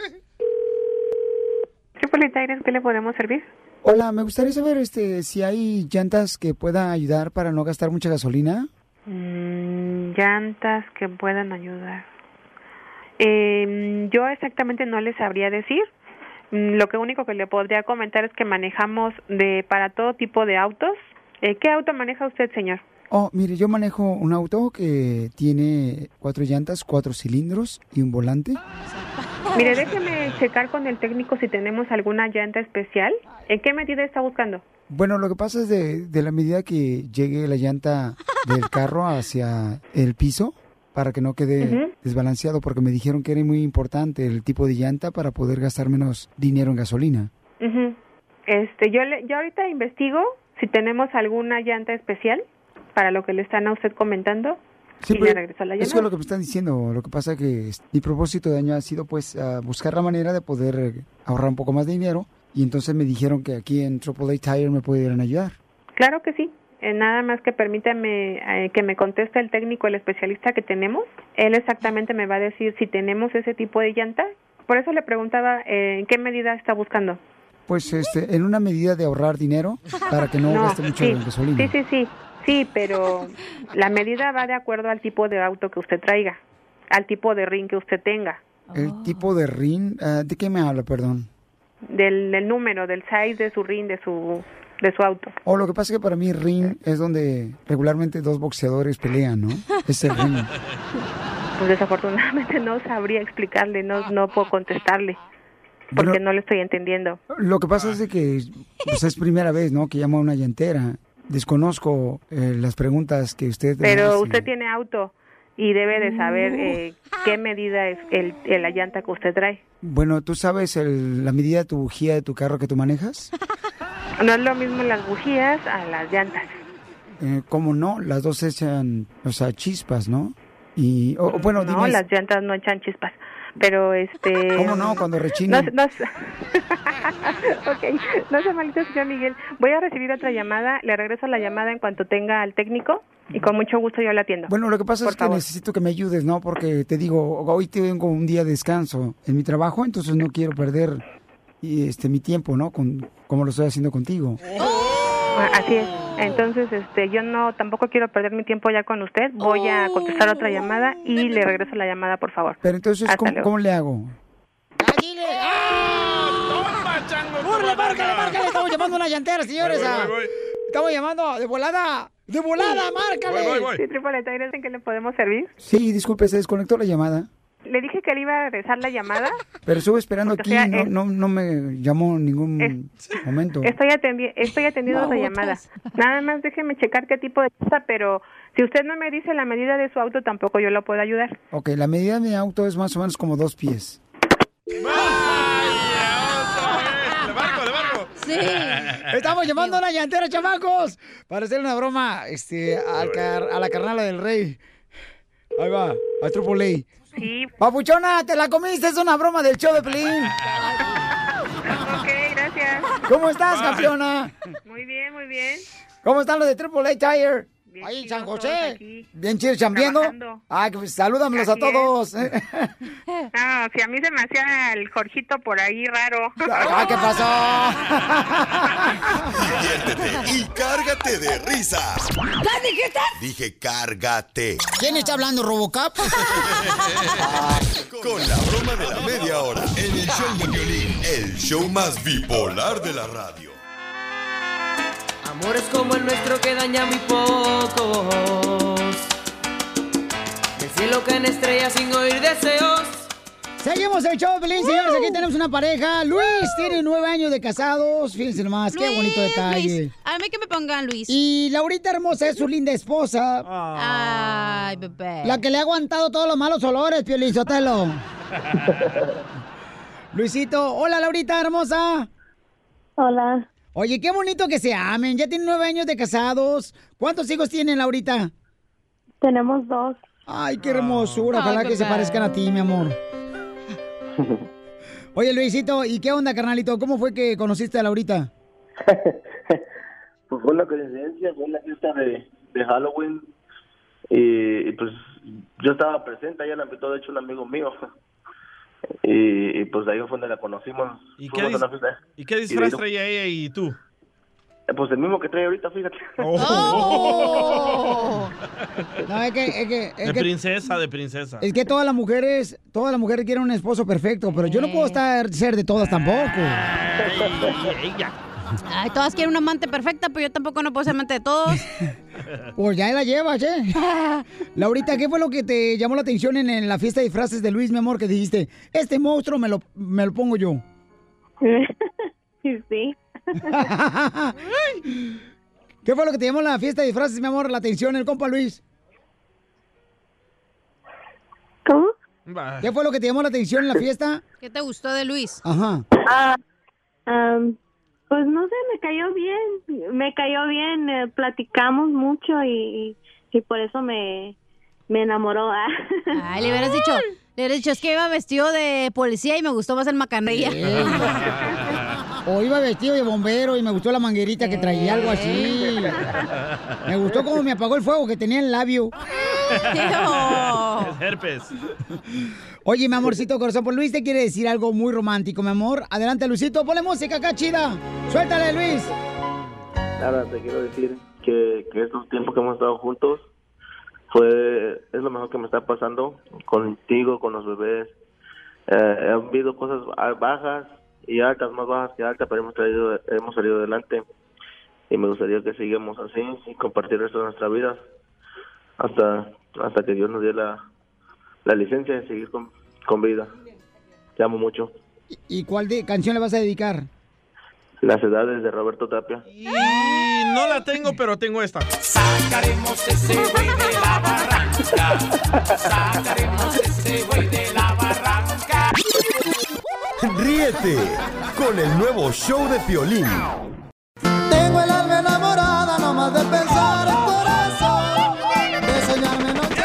Triple Tires, ¿qué le podemos servir? Hola, me gustaría saber este si hay llantas que puedan ayudar para no gastar mucha gasolina. Mm, llantas que puedan ayudar. Eh, yo exactamente no les sabría decir. Mm, Lo que único que le podría comentar es que manejamos de para todo tipo de autos. Eh, ¿Qué auto maneja usted, señor? Oh, mire, yo manejo un auto que tiene cuatro llantas, cuatro cilindros y un volante. Mire, déjeme checar con el técnico si tenemos alguna llanta especial. ¿En qué medida está buscando? Bueno, lo que pasa es de, de la medida que llegue la llanta del carro hacia el piso para que no quede Ujú. desbalanceado, porque me dijeron que era muy importante el tipo de llanta para poder gastar menos dinero en gasolina. Ujú. Este, yo le, yo ahorita investigo si tenemos alguna llanta especial para lo que le están a usted comentando. Sí, y pero le regreso la eso es llamada. lo que me están diciendo. Lo que pasa que es- mi propósito de año ha sido pues ah, buscar la manera de poder eh, ahorrar un poco más de dinero, y entonces me dijeron que aquí en Triple A Tire me pudieran ayudar. Claro que sí. Eh, nada más que permítame eh, que me conteste el técnico, el especialista que tenemos. Él exactamente me va a decir si tenemos ese tipo de llanta. Por eso le preguntaba eh, en qué medida está buscando. Pues este, en una medida de ahorrar dinero para que no, gaste mucho sí, en gasolina. sí, sí, sí, sí, pero la medida va de acuerdo al tipo de auto que usted traiga, al tipo de ring que usted tenga. El tipo de rin, uh, ¿de qué me habla, perdón? Del, del número, del size de su rin, de su de su auto. Oh, lo que pasa es que para mí ring es donde regularmente dos boxeadores pelean, ¿no? Es el ring. Pues desafortunadamente no sabría explicarle, no no puedo contestarle, porque Bueno, no le estoy entendiendo. Lo que pasa es de que pues, es primera vez, ¿no? Que llama a una llantera. Desconozco eh, las preguntas que usted... Pero hace. usted tiene auto y debe de saber eh, qué medida es el, el- la llanta que usted trae. Bueno, ¿tú sabes el- la medida de tu bujía de tu carro que tú manejas? No es lo mismo las bujías a las llantas. Eh, ¿Cómo no? Las dos echan, o sea, chispas, ¿no? Y, o- o bueno, No, dime... las llantas no echan chispas. Pero este... ¿Cómo no? Cuando rechinan. No, no, ok, no se malita, señor Miguel. Voy a recibir otra llamada, le regreso la llamada en cuanto tenga al técnico y con mucho gusto yo la atiendo. Bueno, lo que pasa Por es que favor. necesito que me ayudes, ¿no? Porque te digo, hoy tengo un día de descanso en mi trabajo, entonces no quiero perder y, este mi tiempo, ¿no? Con, como lo estoy haciendo contigo. Ah, Así es. Entonces, este, yo no tampoco quiero perder mi tiempo ya con usted. Voy a contestar otra llamada y le regreso la llamada, por favor. Pero entonces, Hasta ¿cómo, luego. cómo le hago? ¡Márcale, márcale, márcale! Estamos llamando a una llantera, señores. Voy, voy, ah. voy, voy. Estamos llamando de volada. ¡De volada, márcale! Sí, Triple T, ¿en qué le podemos servir? Sí, disculpe, se desconectó la llamada, Le dije que le iba a regresar la llamada. pero estuve esperando Porque, aquí, o sea, no, es- no, no me llamó en ningún Es- momento. Estoy, atendi estoy atendiendo otra Babotas. llamada. Nada más déjeme checar qué tipo de cosa, pero si usted no me dice la medida de su auto, tampoco yo lo puedo ayudar. Ok, la medida de mi auto es más o menos como dos pies. Sí. Estamos llamando a una llantera, chamacos, para hacer una broma este, al car- a la carnala del rey. Ahí va, a Triple A. Sí. Papuchona, te la comiste, es una broma del show de Pelín. Ok, gracias. ¿Cómo estás, campeona? Muy bien, muy bien. ¿Cómo están los de Triple A Tire? Bien Ahí en chidos San todos José. aquí. Bien chido, chambeando. Trabajando. Ah, pues salúdamelos a Así es. todos. Ah, si a mí se me hacía el Jorgito por ahí raro. Ah, ¿qué Diviértete y cárgate de risas. ¿Qué dijiste? Dije cárgate. ¿Quién está hablando, Robocop? Con la broma de la media hora. En el show de Piolín, el show más bipolar de la radio. Amores como el nuestro que daña muy pocos. Del cielo caen estrellas sin oír deseos. Seguimos el show de Pelín, señores. Aquí tenemos una pareja. Luis tiene nueve años de casados. Fíjense nomás, qué Luis, bonito detalle. Luis. A mí que me pongan Luis. Y Laurita hermosa es su linda esposa. Ay, bebé. La que le ha aguantado todos los malos olores, Piolín Sotelo. Luisito, hola Laurita hermosa. Hola. Oye, qué bonito que se amen. Ya tienen nueve años de casados. ¿Cuántos hijos tienen, Laurita? Tenemos dos. Ay, qué hermosura. Ay, Ojalá que se bebé. parezcan a ti, mi amor. Oye, Luisito, ¿y qué onda, carnalito? ¿Cómo fue que conociste a Laurita? Pues fue una coincidencia, fue en la fiesta de, de Halloween y, y, pues yo estaba presente, ella la invitó de hecho un amigo mío y, y, pues ahí fue donde la conocimos. ¿Y qué, Fuimos a dis- una fiesta. ¿Y qué Y disfraz de- traía ella y tú? Eh, Pues el mismo que trae ahorita, fíjate. Oh. No, es que, es que, es De que, princesa, de princesa. es que todas las mujeres, todas las mujeres quieren un esposo perfecto, pero yo no puedo estar ser de todas tampoco. Ay, todas quieren un amante perfecta, pero yo tampoco no puedo ser amante de todos. Pues ya la llevas, ¿eh? Laurita, ¿qué fue lo que te llamó la atención en, en la fiesta de disfraces de Luis, mi amor, que dijiste, este monstruo me lo, me lo pongo yo? Sí. ¿Qué fue lo que te llamó en la fiesta de disfraces, mi amor, la atención, el compa Luis? ¿Cómo? ¿Qué fue lo que te llamó la atención en la fiesta? ¿Qué te gustó de Luis? Ajá. Ah, am, pues no sé, me cayó bien. Me cayó bien, eh, platicamos mucho y, y por eso me, me enamoró. ah. Ay, le hubieras dicho, le hubieras dicho, es que iba vestido de policía y me gustó más el macanilla. O iba vestido de bombero y me gustó la manguerita que traía, algo así. Me gustó cómo me apagó el fuego que tenía en el labio. Es herpes. Oye, mi amorcito corazón, pues Luis te quiere decir algo muy romántico, mi amor. Adelante, Luisito, ponle música acá, chida. Suéltale, Luis. Nada, te quiero decir que, que estos tiempos que hemos estado juntos fue es lo mejor que me está pasando contigo, con los bebés. Eh, ha habido cosas bajas y altas, más bajas que altas, pero hemos, traído, hemos salido adelante. Y me gustaría que sigamos así y compartir el resto de nuestra vida hasta hasta que Dios nos dé la, la licencia de seguir con, con vida. Te amo mucho. ¿Y cuál de canción le vas a dedicar? Las edades de Roberto Tapia. Y no la tengo, pero tengo esta. Sacaremos ese güey de la barranca. Sacaremos ese güey de la barranca. Ríete con el nuevo show de Piolín. Tengo el alma enamorada, no más de pensar en corazón, de soñarme noche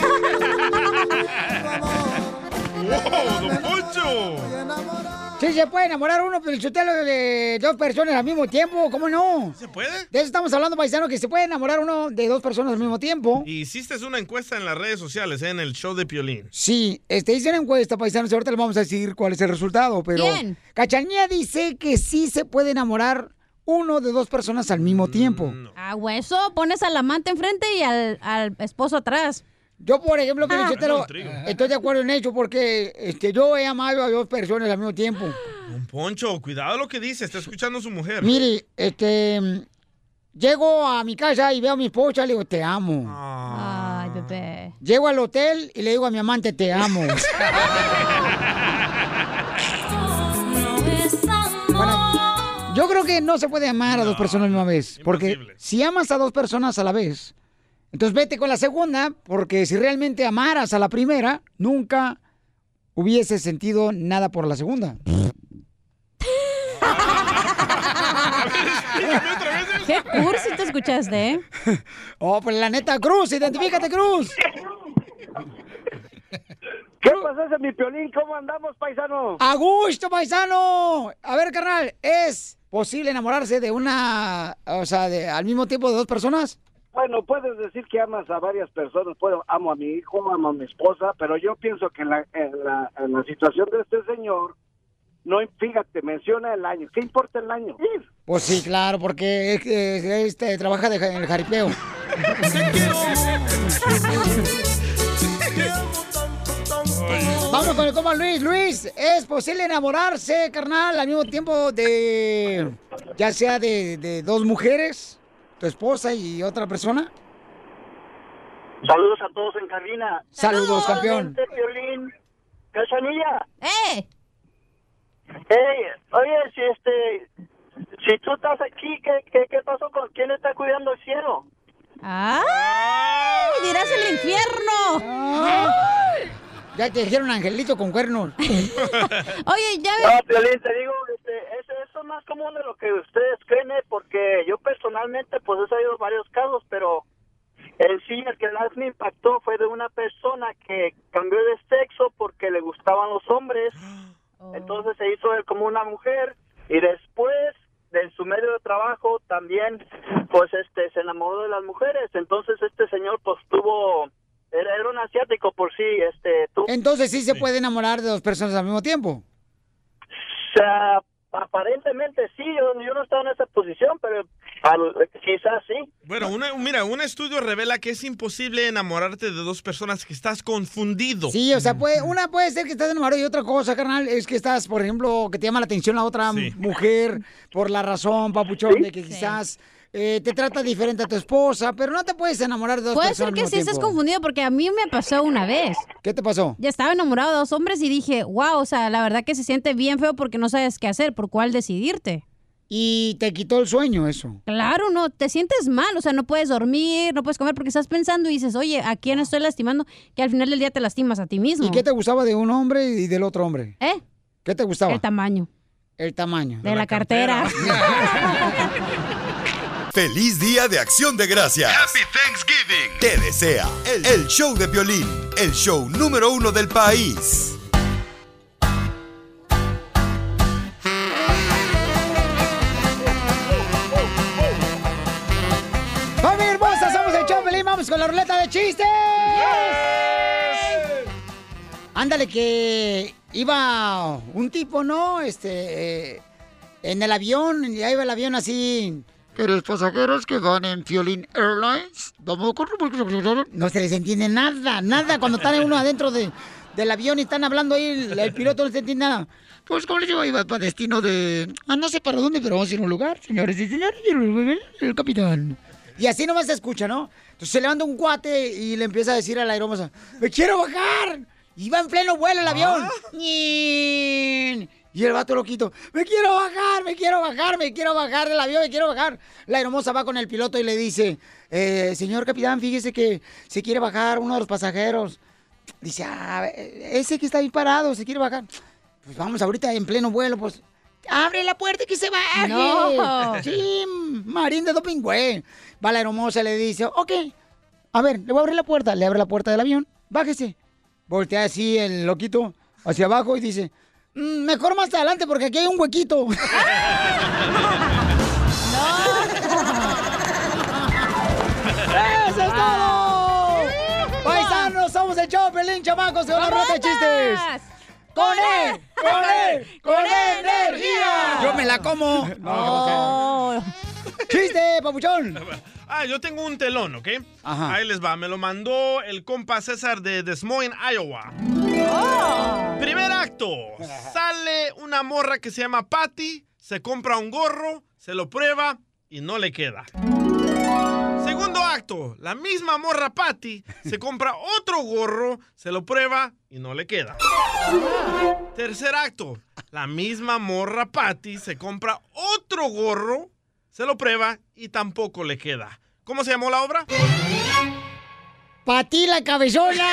¡Wow, don Poncho! Sí, se puede enamorar uno, pero de dos personas al mismo tiempo, ¿cómo no? ¿Se puede? De eso estamos hablando, paisano, que se puede enamorar uno de dos personas al mismo tiempo. Y hiciste una encuesta en las redes sociales, ¿eh? En el show de Piolín. Sí, este, hice una encuesta, paisanos, y ahorita les vamos a decir cuál es el resultado, pero... ¿Quién? Cachanilla dice que sí se puede enamorar uno de dos personas al mismo tiempo. No. Ah, hueso, pones al amante enfrente y al, al esposo atrás. Yo, por ejemplo, Ah. pero yo te lo, estoy de acuerdo en eso porque este, yo he amado a dos personas al mismo tiempo. Don Poncho, cuidado lo que dice, está escuchando a su mujer. Mire, este, llego a mi casa y veo a mi esposa y le digo, te amo. Ay, bebé. Llego al hotel y le digo a mi amante, te amo. Bueno, yo creo que no se puede amar a dos personas a la misma vez. Porque si amas a dos personas a la vez, entonces vete con la segunda, porque si realmente amaras a la primera, nunca hubiese sentido nada por la segunda. ¿Qué cursi te escuchaste, eh? Oh, pues la neta, Cruz, identifícate, Cruz. ¿Qué pasa ese mi Piolín? ¿Cómo andamos, paisano? ¡A gusto, paisano! A ver, carnal, ¿es posible enamorarse de una, o sea, de, al mismo tiempo de dos personas? Bueno, puedes decir que amas a varias personas. Puedo, amo a mi hijo, amo a mi esposa, pero yo pienso que en la, en la, en la situación de este señor, no, fíjate, menciona el año. ¿Qué importa el año? Pues sí, claro, porque es que, este, trabaja de, en el jaripeo. Vamos con el compa Luis. Luis, ¿es posible enamorarse, carnal, al mismo tiempo de, ya sea de, de dos mujeres, tu esposa y otra persona? Saludos a todos en cabina. Saludos, campeón. Piolín. Cachanilla. ¡Eh! Hey, oye, si este, si tú estás aquí, ¿qué, qué, qué pasó con quién está cuidando el cielo? ¡Ay! ¡Dirás el infierno! Ay. Ya te dijeron angelito con cuernos. Oye, ya ves. No, Piolín, te digo, este, eso, eso es más común de lo que ustedes creen, ¿eh? Porque yo personalmente, pues he sabido varios casos, pero en sí, el que más me impactó fue de una persona que cambió de sexo porque le gustaban los hombres. Oh. Entonces se hizo él como una mujer y después de su medio de trabajo también pues este se enamoró de las mujeres. Entonces este señor pues tuvo era, era un asiático por sí, este tuvo... Entonces sí se puede enamorar de dos personas al mismo tiempo. O sea, aparentemente sí, yo, yo no estaba en esa posición, pero al, quizás sí. Bueno, una, mira, un estudio revela que es imposible enamorarte de dos personas que estás confundido. Sí, o sea, puede, una puede ser que estás enamorado y otra cosa, carnal, es que estás, por ejemplo, que te llama la atención la otra sí. mujer por la razón, papuchón, ¿sí? de que quizás... Sí. Eh, te trata diferente a tu esposa, pero no te puedes enamorar de dos Puede personas. Puede ser que sí estés confundido, porque a mí me pasó una vez. ¿Qué te pasó? Ya estaba enamorado de dos hombres y dije, wow, o sea, la verdad que se siente bien feo porque no sabes qué hacer, por cuál decidirte. Y te quitó el sueño eso. Claro, no, te sientes mal, o sea, no puedes dormir, no puedes comer porque estás pensando y dices, oye, ¿a quién estoy lastimando? Que al final del día te lastimas a ti mismo. ¿Y qué te gustaba de un hombre y del otro hombre? ¿Eh? ¿Qué te gustaba? El tamaño. El tamaño. De, de la, la cartera. cartera. ¡Feliz Día de Acción de Gracias! ¡Happy Thanksgiving! Te desea el, el show de Piolín, el show número uno del país. ¡Familia hermosa! Somos el show de Piolín. Vamos con la ruleta de chistes. ¡Yes! Ándale, que iba un tipo, ¿no? Este... Eh, en el avión, y ahí va el avión así... Queridos pasajeros que van en Piolín Airlines, no se les entiende nada, nada cuando están uno adentro de, del avión y están hablando ahí, el, el piloto no se entiende nada. Pues, ¿cómo le digo? Iba para destino de... Ah, no sé para dónde, pero vamos a ir a un lugar, señores y señores, el, el capitán. Y así nomás se escucha, ¿no? Entonces se levanta un cuate y le empieza a decir a la aeromoza, ¡me quiero bajar! Y va en pleno vuelo el avión. ¿Ah? Y el vato loquito, ¡me quiero bajar, me quiero bajar, me quiero bajar del avión, me quiero bajar! La aeromoza va con el piloto y le dice, eh, señor capitán, fíjese que se quiere bajar uno de los pasajeros. Dice, ah, ese que está ahí parado, se quiere bajar. Pues vamos ahorita en pleno vuelo, pues... ¡Abre la puerta y que se baje! No. Sí, Marín de Doping, güey. Va la hermosa y le dice, ok, a ver, le voy a abrir la puerta. Le abre la puerta del avión, bájese. Voltea así el loquito hacia abajo y dice, mmm, mejor más adelante porque aquí hay un huequito. ¡Eso es todo! ¡Paisanos, somos el show de Piolín, chamacos! ¡Se van a rata de chistes! ¡Con él! ¡Con él! ¡Con energía! Yo me la como. No. ¡Chiste, papuchón! Ah, yo tengo un telón, ¿ok? Ajá. Ahí les va. Me lo mandó el compa César de Des Moines, Iowa. Oh. Primer acto. Sale una morra que se llama Patty, se compra un gorro, se lo prueba y no le queda. Segundo acto. La misma morra Patty se compra otro gorro, se lo prueba y no le queda. Tercer acto. La misma morra Patty se compra otro gorro, se lo prueba y tampoco le queda. ¿Cómo se llamó la obra? ¡Patty la cabezona!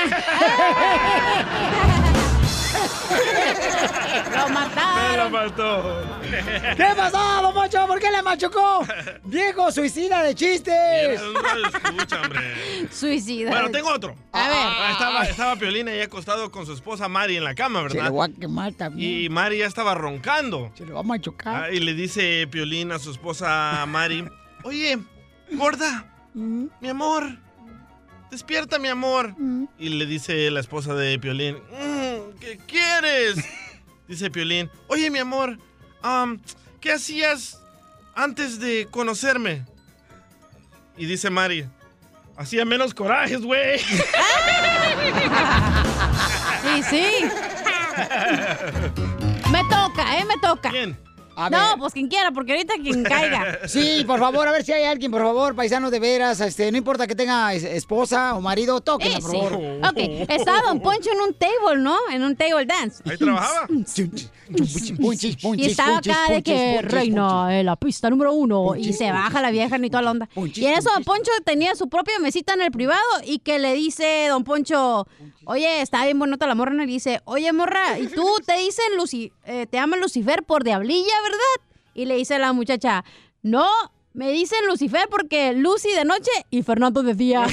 ¡Lo mataron! Me lo mató. ¿Qué pasó, don Poncho? ¿Por qué le machucó? Viejo suicida de chistes. No lo escucha, hombre. Suicida. Bueno, tengo otro. A ver. Ah, estaba, estaba Piolín ahí acostado con su esposa Mari en la cama, ¿verdad? Se lo va a quemar también. Y Mari ya estaba roncando. Se lo va a machucar. Ah, y le dice Piolín a su esposa Mari, oye, gorda, ¿Mm? mi amor, despierta, mi amor. ¿Mm? Y le dice la esposa de Piolín, mmm, ¿qué quieres? Dice Piolín, oye, mi amor, um, ¿qué hacías antes de conocerme? Y dice Mari, hacía menos corajes, güey. Sí, sí. Me toca, ¿eh? Me toca. ¿Quién? A ver. No, pues quien quiera, porque ahorita quien caiga. Sí, por favor, a ver si hay alguien, por favor, paisano de veras, este, no importa que tenga es- esposa o marido, tóquenla, Eh, por sí. favor. Ok, estaba Don Poncho en un table, ¿no? En un table dance. Ahí trabajaba. Y estaba acá de que reina en la pista número uno y se baja la vieja ni toda la onda. Y en eso Don Poncho tenía su propia mesita en el privado y que le dice Don Poncho, oye, está bien bonita la morra, y le dice, oye, morra, ¿y tú te dicen Lucy, eh, te llaman Lucifer por diablilla, verdad? Y le dice la muchacha, no, me dicen Lucifer porque Lucy de noche y Fernando de día.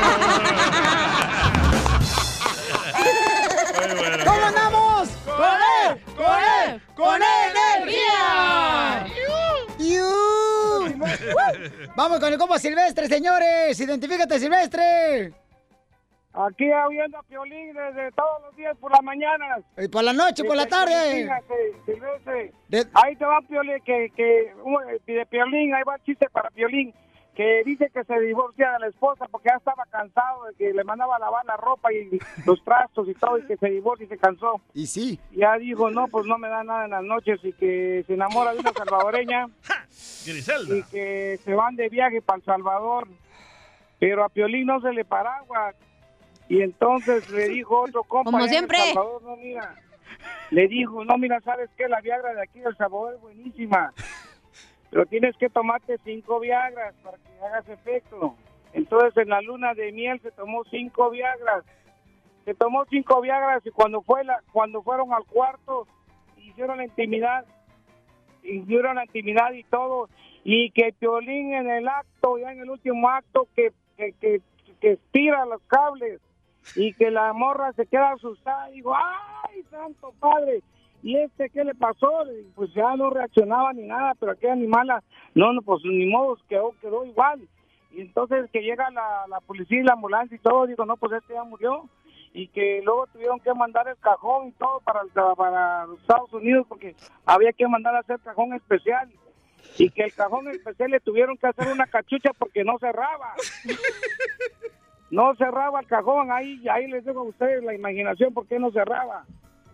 ¿Cómo andamos? ¡Con él! ¡Con él! ¡Con energía! ¡Yu! Vamos con el compa Silvestre, señores. Identifícate, Silvestre. Aquí oyendo a Piolín desde todos los días por las mañanas. Y por la noche, por la tarde. Fíjate, Silvestre. De- Ahí te va Piolín, que, que uh, de Piolín, ahí va el chiste para Piolín, que dice que se divorcia de la esposa porque ya estaba cansado de que le mandaba a lavar la ropa y los trastos y todo, y que se divorcia y se cansó. Y sí. Ya dijo, no, pues no me da nada en las noches, y que se enamora de una salvadoreña. Griselda. Y que se van de viaje para El Salvador. Pero a Piolín no se le paraba. Y entonces le dijo otro compa, Como allá en siempre. El Salvador, no, mira, le dijo, no, mira, ¿sabes qué? La Viagra de aquí del Salvador es buenísima, pero tienes que tomarte cinco Viagras para que hagas efecto. Entonces en la luna de miel se tomó cinco Viagras, se tomó cinco Viagras y cuando fue la, cuando fueron al cuarto, hicieron la intimidad, hicieron la intimidad y todo, y que Piolín en el acto, ya en el último acto, que, que, que, que estira los cables, y que la morra se queda asustada y digo, ¡ay, santo padre! ¿Y este qué le pasó? Y pues ya no reaccionaba ni nada, pero aquella animala, no, no, pues ni modo, quedó, quedó igual. Y entonces que llega la, la policía y la ambulancia y todo, digo, no, pues este ya murió. Y que luego tuvieron que mandar el cajón y todo para, para los Estados Unidos porque había que mandar a hacer cajón especial. Y que el cajón especial le tuvieron que hacer una cachucha porque no cerraba. no cerraba el cajón, ahí, ahí les dejo a ustedes la imaginación por qué no cerraba.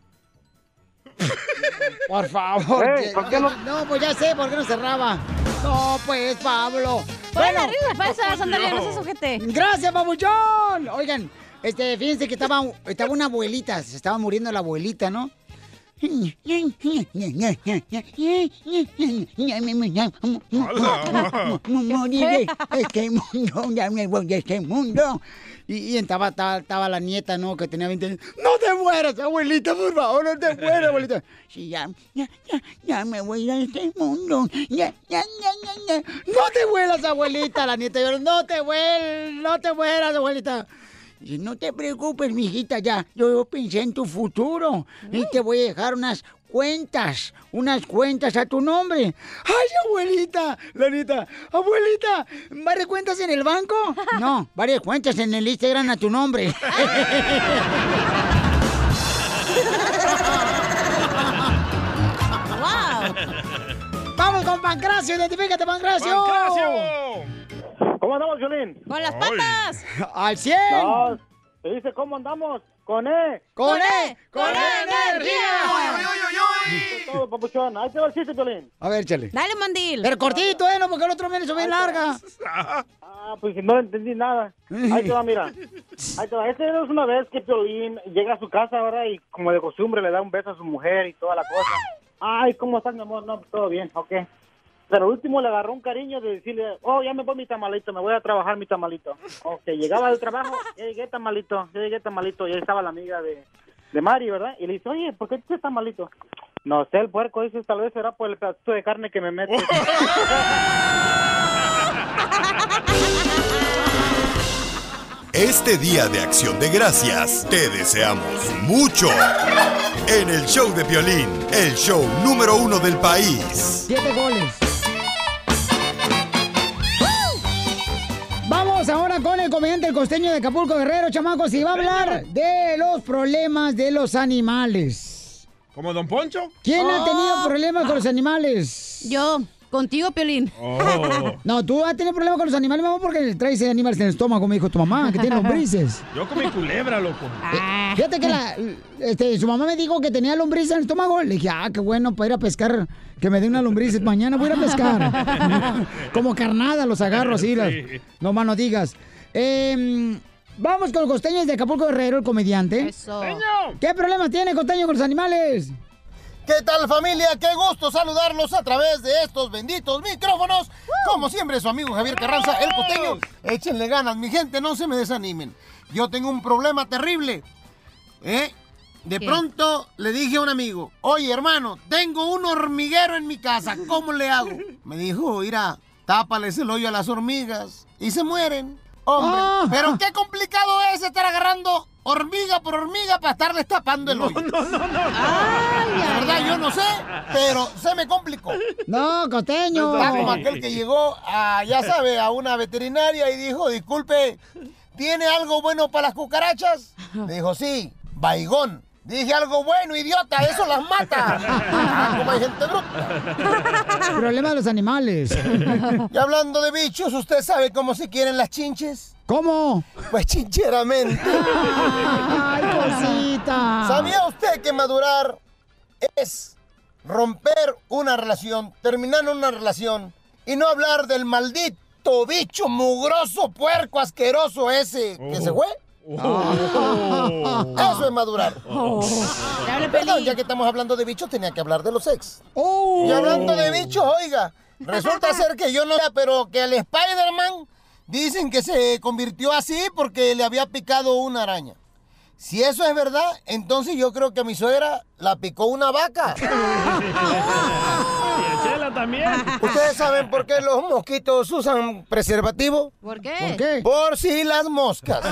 Por favor. Eh, ¿por qué no? No, pues ya sé por qué no cerraba. No, pues, Pablo. Bueno, arriba falsas, ándale, no se sujete. Gracias, papuchón. Oigan, este, fíjense que estaba, estaba una abuelita, se estaba muriendo la abuelita, ¿no? Morir de este mundo, ya me voy de este mundo. Y, y estaba, estaba, estaba la nieta, ¿no? Que tenía veinte años. ¡No te mueras, abuelita, por favor! ¡No te mueras, abuelita! Sí, ya, ya, ya, ya me voy de este mundo. Ya, ya, ya, ya, ya. ¡No te mueras, abuelita! La nieta lloró. ¡No te mueras, no te mueras, abuelita! Dice, no te preocupes, mijita, ya. Yo pensé en tu futuro. Y te voy a dejar unas cuentas, unas cuentas a tu nombre. ¡Ay, abuelita! La neta, abuelita, ¿varias cuentas en el banco? No, varias cuentas en el Instagram a tu nombre. ¡Wow! ¡Vamos con Pancracio! ¡Identifícate, Pancracio! ¡Pancracio! ¿Cómo andamos, Violín? ¡Con las patas! ¡Al cien! No, te dice cómo andamos. Con E. ¡Con E! ¡Con E energía! Todo, papuchón. Ahí te va el chiste, Violín. A ver, chale. Dale, mandil. Pero cortito, ¿eh? No, porque el otro me lo hizo bien larga. Ah, pues no entendí nada. Ahí te va, mira. Ahí te va. Este es una vez que Violín llega a su casa, ¿verdad? Y como de costumbre le da un beso a su mujer y toda la cosa. Ay, ¿cómo estás, mi amor? No, todo bien, ok. Pero al último le agarró un cariño de decirle, oh, ya me voy mi tamalito, me voy a trabajar mi tamalito. Ok, llegaba del trabajo, ya llegué tamalito, ya llegué tamalito, y ahí estaba la amiga de, de Mari, ¿verdad? Y le dice, oye, ¿por qué te dices tamalito? No sé, el puerco dice, tal vez será por el pedacito de carne que me mete. Este día de Acción de Gracias te deseamos mucho. En el show de Piolín, el show número uno del país. Siete goles. Vamos ahora con el comediante El Costeño de Acapulco, Guerrero, chamacos, y va a hablar de los problemas de los animales. ¿Como Don Poncho? ¿Quién Oh. ha tenido problemas con los animales? Yo. Contigo, Piolín. Oh. No, tú has tenido problemas con los animales, mamá, porque traes animales en el estómago, me dijo tu mamá, que tiene lombrices. Yo comí culebra, loco. Eh, Fíjate que la, este, su mamá me dijo que tenía lombrices en el estómago. Le dije, ah, qué bueno para ir a pescar, que me dé una lombrices. Mañana voy a ir a pescar. Como carnada los agarro así. Las, no más no digas. Eh, vamos con los costeños de Acapulco, Guerrero, el comediante. Eso. ¿Qué problemas tiene Costeño con los animales? ¿Qué tal, familia? Qué gusto saludarlos a través de estos benditos micrófonos. Como siempre, su amigo Javier Carranza, el Costeño. Échenle ganas, mi gente, no se me desanimen. Yo tengo un problema terrible. ¿Eh? De ¿Qué? pronto le dije a un amigo, oye, hermano, tengo un hormiguero en mi casa, ¿cómo le hago? Me dijo, mira, tápales el hoyo a las hormigas y se mueren. Hombre, Ah. pero qué complicado es estar agarrando hormiga por hormiga para estarles tapando el hoyo. No, no, no. La verdad, yo no sé, pero se me complicó. No, Costeño. Está como aquel que llegó a, ya sabe, a una veterinaria y dijo, disculpe, ¿tiene algo bueno para las cucarachas? Le dijo, sí, baigón. Dije algo bueno, idiota, eso las mata. Ah, como hay gente bruta. Problema de los animales. Y hablando de bichos, ¿usted sabe cómo se quieren las chinches? ¿Cómo? Pues chincheramente. Ay, cosita. ¿Sabía usted que madurar es romper una relación, terminar una relación y no hablar del maldito bicho mugroso, puerco, asqueroso ese que Oh. se fue? Oh. Eso es madurar. Oh. Dale, Perdón, Piolín. ya que estamos hablando de bichos, tenía que hablar de los ex. Oh. Y hablando de bichos, oiga, resulta ser que yo no era, pero que el Spider-Man dicen que se convirtió así porque le había picado una araña. Si eso es verdad, entonces yo creo que a mi suegra la picó una vaca. Y a Chela también. ¿Ustedes saben por qué los mosquitos usan preservativo? ¿Por qué? ¿Por qué? Por si las moscas.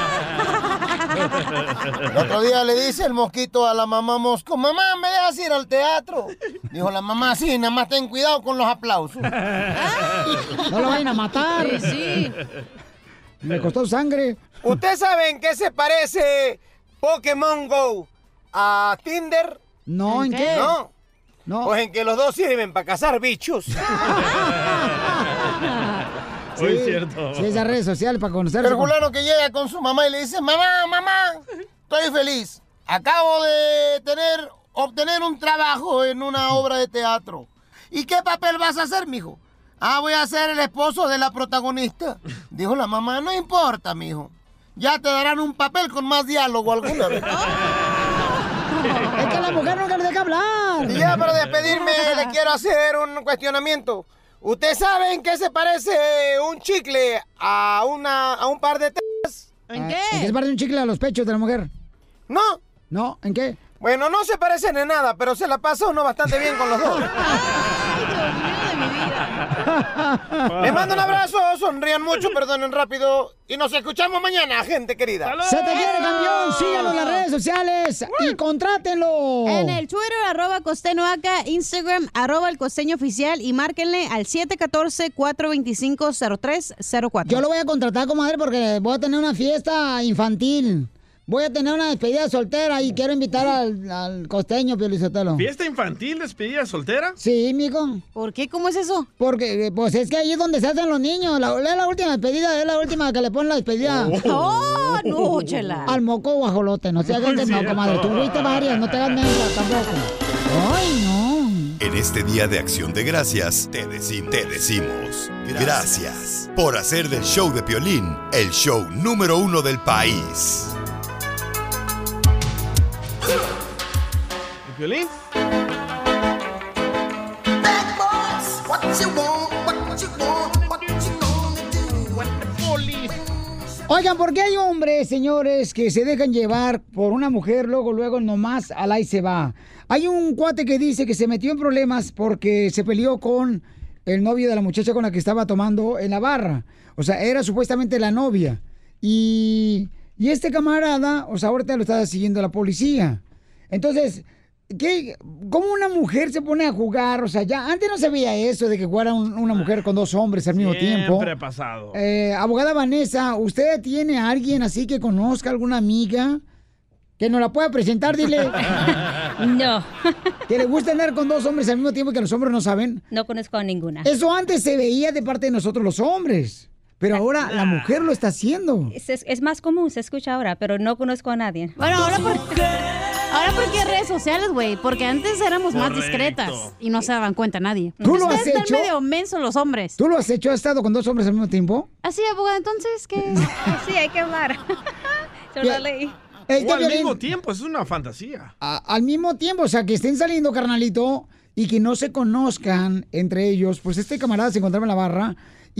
El otro día le dice el mosquito a la mamá mosco, mamá, ¿me dejas ir al teatro? Dijo la mamá, sí, nada más ten cuidado con los aplausos. No lo vayan a matar. Sí, sí. Me costó sangre. ¿Ustedes saben qué se parece Pokémon Go a Tinder? No, ¿en ¿En qué? qué? No, No. pues en que los dos sirven para cazar bichos. Sí, Muy cierto. Sí, esas redes sociales para conocerse. Pero fulano que llega con su mamá y le dice, mamá, mamá, estoy feliz. Acabo de tener, obtener un trabajo en una obra de teatro. ¿Y qué papel vas a hacer, mijo? Ah, voy a ser el esposo de la protagonista. Dijo la mamá, no importa, mijo. Ya te darán un papel con más diálogo alguna vez. Es que la mujer nunca le deja hablar. Y ya para despedirme le quiero hacer un cuestionamiento. ¿Usted sabe en qué se parece un chicle a una a un par de tetas? ¿En qué? ¿En qué se parece un chicle a los pechos de la mujer? No. ¿No? ¿En qué? Bueno, no se parecen en nada, pero se la pasa uno bastante bien con los dos. Les mando un abrazo, sonrían mucho, perdonen rápido y nos escuchamos mañana, gente querida. ¡Se te quiere, campeón! Síganlo en las redes sociales y contrátenlo. En el Twitter, arroba Costeño Acá, Instagram, arroba el Costeño Oficial y márquenle al siete uno cuatro, cuatro dos cinco, cero tres cero cuatro. Yo lo voy a contratar, comadre, porque voy a tener una fiesta infantil. Voy a tener una despedida soltera y quiero invitar al, al Costeño, Pio Lizotelo. ¿Fiesta infantil, despedida soltera? Sí, mijo. ¿Por qué? ¿Cómo es eso? Porque, pues, es que ahí es donde se hacen los niños. La, es la última despedida, es la última que le ponen la despedida. ¡Oh, oh no, chela! Al moco o guajolote, no se hagan que no, comadre. Tú fuiste varias, no te hagas mensa tampoco. ¡Ay, no! En este Día de Acción de Gracias, te, decim- te decimos gracias por hacer del show de Piolín el show número uno del país. ¿Y Piolín? Oigan, ¿por qué hay hombres, señores, que se dejan llevar por una mujer, luego, luego nomás al ahí se va? Hay un cuate que dice que se metió en problemas porque se peleó con el novio de la muchacha con la que estaba tomando en la barra. O sea, era supuestamente la novia. Y, y este camarada, o sea, ahorita lo está siguiendo la policía. Entonces, ¿qué, ¿cómo una mujer se pone a jugar? O sea, ya antes no se veía eso de que jugara un- una mujer con dos hombres al mismo tiempo. Siempre ha pasado. Eh, abogada Vanessa, ¿usted tiene a alguien así que conozca, alguna amiga que nos la pueda presentar? Dile. No. Que le gusta andar con dos hombres al mismo tiempo que los hombres no saben. No conozco a ninguna. Eso antes se veía de parte de nosotros los hombres, pero ahora la mujer lo está haciendo. Es, es- es más común, se escucha ahora, pero no conozco a nadie. Bueno, ahora por, ahora por qué redes sociales, güey, porque antes éramos más Correcto. discretas y no se daban cuenta nadie. ¿Tú lo has Ustedes hecho? están medio mensos los hombres. ¿Tú lo has hecho? ¿Has estado con dos hombres al mismo tiempo? Así, abogada, entonces, ¿qué? Sí, hay que hablar. Yo Ya. la leí. Este O al Piolín- mismo tiempo, es una fantasía. A- al mismo tiempo, o sea, que estén saliendo, carnalito, y que no se conozcan entre ellos. Pues este camarada se encontraba en la barra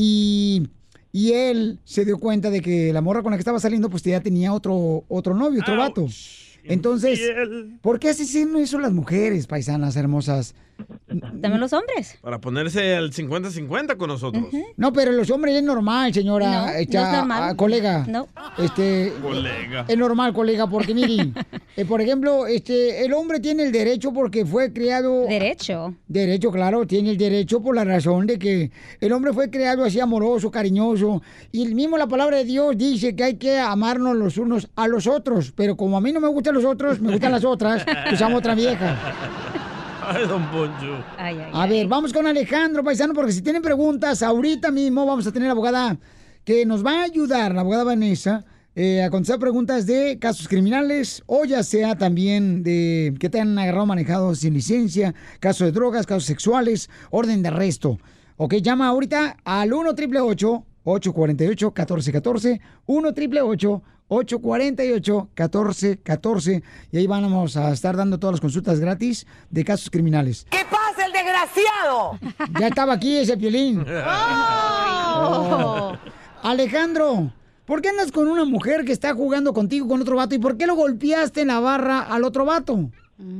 y, y él se dio cuenta de que la morra con la que estaba saliendo, pues ya tenía otro, otro novio, otro vato. Entonces, ¿por qué hacen eso las mujeres, paisanas hermosas? También los hombres. Para ponerse al cincuenta cincuenta con nosotros. No, pero los hombres es normal, señora. No, no es Echa- normal. a- colega. No. Este, Colega. Es normal, colega, porque miren, eh, por ejemplo, este, el hombre tiene el derecho porque fue criado... ¿Derecho? Derecho, claro, tiene el derecho por la razón de que el hombre fue creado así amoroso, cariñoso, y el mismo la palabra de Dios dice que hay que amarnos los unos a los otros, pero como a mí no me gustan los otros, me gustan las otras, pues amo otra vieja. Ay, don Poncho. Ay, ay, A ver, vamos con Alejandro, paisano, porque si tienen preguntas, ahorita mismo vamos a tener la abogada que nos va a ayudar, la abogada Vanessa, eh, a contestar preguntas de casos criminales o ya sea también de que te han agarrado manejado sin licencia, casos de drogas, casos sexuales, orden de arresto. Ok, llama ahorita al uno triple ocho, ocho cuatro ocho, uno cuatro uno cuatro, uno triple ocho, ocho cuatro ocho, uno cuatro uno cuatro, y ahí vamos a estar dando todas las consultas gratis de casos criminales. ¿Qué pasa, el desgraciado? Ya estaba aquí ese Piolín. Oh. Alejandro, ¿por qué andas con una mujer que está jugando contigo con otro vato? ¿Y por qué lo golpeaste en la barra al otro vato?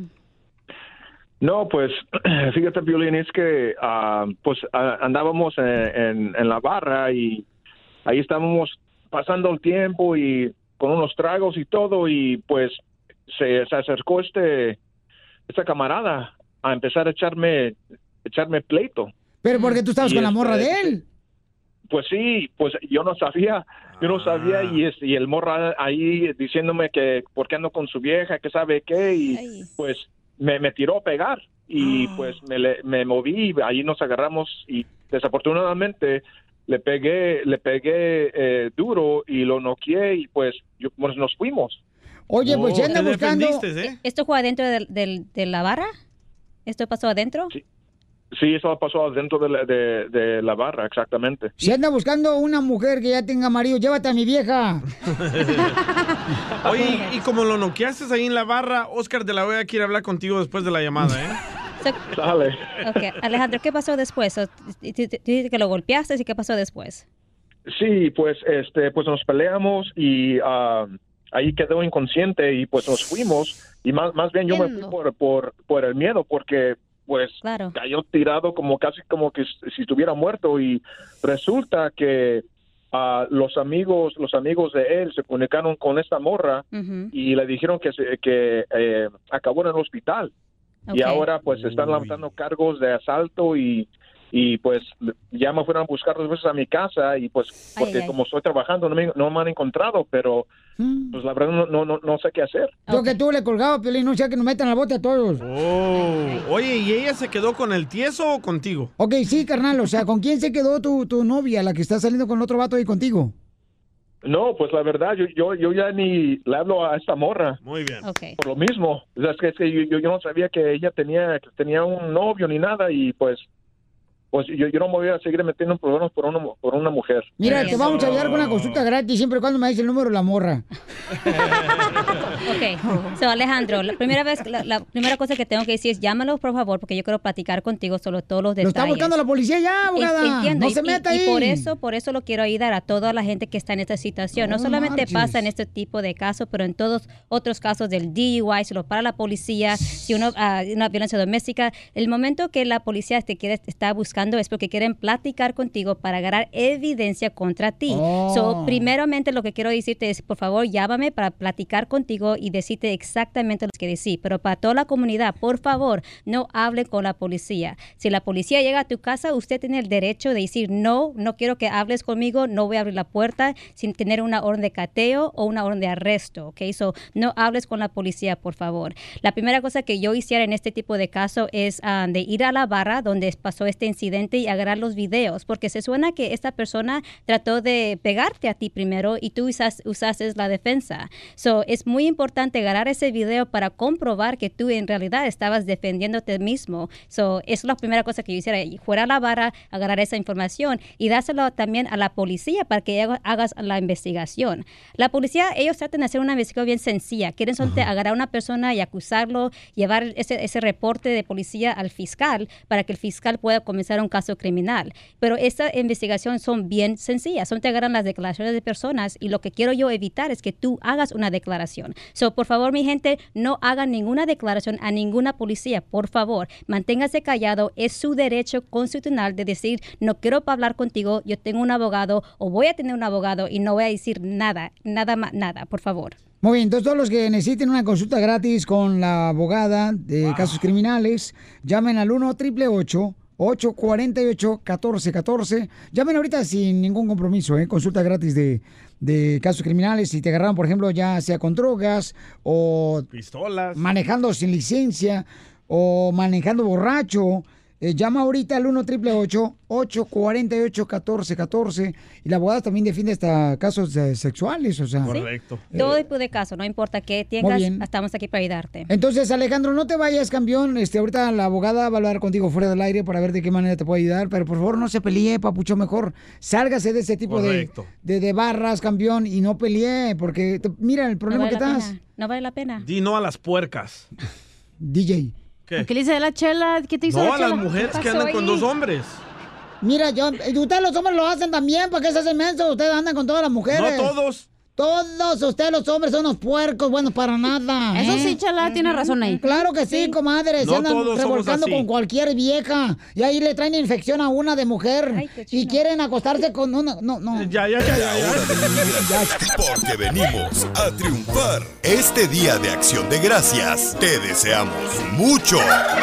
No, pues fíjate, Piolín, es que ah, pues ah, andábamos en, en, en la barra y ahí estábamos pasando el tiempo y con unos tragos y todo y pues se, se acercó este esta camarada a empezar a echarme echarme pleito. Pero porque tú estabas Y con la morra este, de él. Pues sí, pues yo no sabía, yo no sabía y, es, y el morra ahí diciéndome que por qué ando con su vieja, que sabe qué y pues me, me tiró a pegar y pues me, le- me moví y ahí nos agarramos y desafortunadamente le pegué, le pegué eh, duro y lo noqueé y pues, yo, pues nos fuimos. Oye, pues Oh, ya anda te buscando... defendiste, ¿eh? ¿Esto fue adentro del- del- de la barra? ¿Esto pasó adentro? Sí. Sí, eso pasó dentro de la, de, de la barra, exactamente. Si anda buscando una mujer que ya tenga marido, llévate a mi vieja. Oye, y como lo noqueaste ahí en la barra, Oscar de la Hoya quiere hablar contigo después de la llamada, ¿eh? Dale. Ok, Alejandro, ¿qué pasó después? O- Tú tú- tú dices que lo golpeaste y ¿qué pasó después? Sí, pues, este, pues nos peleamos y ah, ahí quedó inconsciente y pues nos fuimos y más, más bien yo me fui por, por, por el miedo porque pues Claro. cayó tirado como casi como que si estuviera muerto y resulta que ah, los amigos los amigos de él se comunicaron con esta morra Ujú. y le dijeron que se, que eh, acabó en el hospital y Ok. ahora pues están levantando cargos de asalto y y pues ya me fueron a buscar dos veces a mi casa y pues Ay, porque ay. como estoy trabajando no me, no me han encontrado, pero pues la verdad no, no, no, no sé qué hacer. Yo que tú le colgaba, Piolín, no sea que nos metan al bote a todos. Oh. Oye, ¿y ella se quedó con el tieso o contigo? Ok, sí, carnal, o sea, ¿con quién se quedó tu, tu novia, la que está saliendo con otro vato ahí contigo? No, pues la verdad yo yo, yo ya ni le hablo a esta morra. Muy bien. Por lo mismo, o sea, es que, es que yo, yo, yo no sabía que ella tenía que tenía un novio ni nada y pues pues yo, yo no me voy a seguir metiendo en problemas por una, por una mujer. Mira, te vamos a ayudar con una consulta gratis siempre y cuando me des el número de la morra. Ok, so Alejandro, la primera vez, la, la primera cosa que tengo que decir es llámalo por favor porque yo quiero platicar contigo sobre todos los Lo detalles. está buscando la policía ya, abogada. En- Entiendo. No y, se y- meta y ahí. por eso, por eso lo quiero ayudar a toda la gente que está en esta situación. No, No solamente marches. pasa en este tipo de casos, pero en todos otros casos del D U I, si lo para la policía, si uno ah, una violencia doméstica, el momento que la policía te quiere te está buscando es porque quieren platicar contigo para agarrar evidencia contra ti. Oh. So, primeramente lo que quiero decirte es, por favor, llámame para platicar contigo y decirte exactamente lo que decir. Pero para toda la comunidad, por favor, no hable con la policía. Si la policía llega a tu casa, usted tiene el derecho de decir, no, no quiero que hables conmigo, no voy a abrir la puerta sin tener una orden de cateo o una orden de arresto, ¿ok? So, no hables con la policía, por favor. La primera cosa que yo hiciera en este tipo de caso es ah, de ir a la barra donde pasó este incidente y agarrar los videos, porque se suena que esta persona trató de pegarte a ti primero y tú usas, usaste la defensa. So, es muy importante agarrar ese video para comprobar que tú en realidad estabas defendiéndote mismo. So, es la primera cosa que yo hiciera, y fuera a la barra, agarrar esa información y dárselo también a la policía para que haga- hagas la investigación. La policía, ellos tratan de hacer una investigación bien sencilla. Quieren solamente agarrar a una persona y acusarlo, llevar ese, ese reporte de policía al fiscal para que el fiscal pueda comenzar un caso criminal. Pero esta investigación son bien sencillas. Son te agarran las declaraciones de personas y lo que quiero yo evitar es que tú hagas una declaración. So, por favor, mi gente, no hagan ninguna declaración a ninguna policía. Por favor, manténgase callado. Es su derecho constitucional de decir, no quiero hablar contigo, yo tengo un abogado o voy a tener un abogado y no voy a decir nada, nada más, nada, por favor. Muy bien, entonces todos los que necesiten una consulta gratis con la abogada de casos criminales, llamen al uno triple ocho ocho cuatro ocho uno cuatro uno cuatro. Llamen ahorita sin ningún compromiso, ¿eh? Consulta gratis de, de casos criminales. Si te agarraron, por ejemplo, ya sea con drogas o Pistolas. manejando sin licencia o manejando borracho, eh, llama ahorita al uno triple ocho ocho cuatro ocho uno cuatro uno cuatro. Y la abogada también defiende hasta casos eh, sexuales, o sea. Correcto. Todo tipo de caso, no importa qué Muy tengas, bien. estamos aquí para ayudarte. Entonces, Alejandro, no te vayas, campeón. Este, ahorita la abogada va a hablar contigo fuera del aire para ver de qué manera te puede ayudar. Pero por favor, no se pelee, papucho. Mejor sálgase de ese tipo de, Correcto. de, de barras, campeón, y no pelee. Porque, te- mira el No problema vale que la estás. pena, no vale la pena. Di no a las puercas. D J. ¿Qué? ¿Qué le dice de la chela? ¿Qué te hizo No la a las chela? mujeres ¿Qué que pasó andan con ahí? dos hombres. Mira, yo, y ustedes los hombres lo hacen también. ¿Para qué se hacen mensos? Ustedes andan con todas las mujeres. No todos. Todos ustedes los hombres son unos puercos, buenos para nada. Eso ¿eh? sí, chala, tiene razón ahí. Claro que sí, comadre. Se No andan todos somos revolcando así. con cualquier vieja. Y ahí le traen infección a una de mujer. Y quieren acostarse con una. No, no. Ya, ya, ya, ya. ya. Porque venimos a triunfar. Este día de Acción de Gracias te deseamos mucho.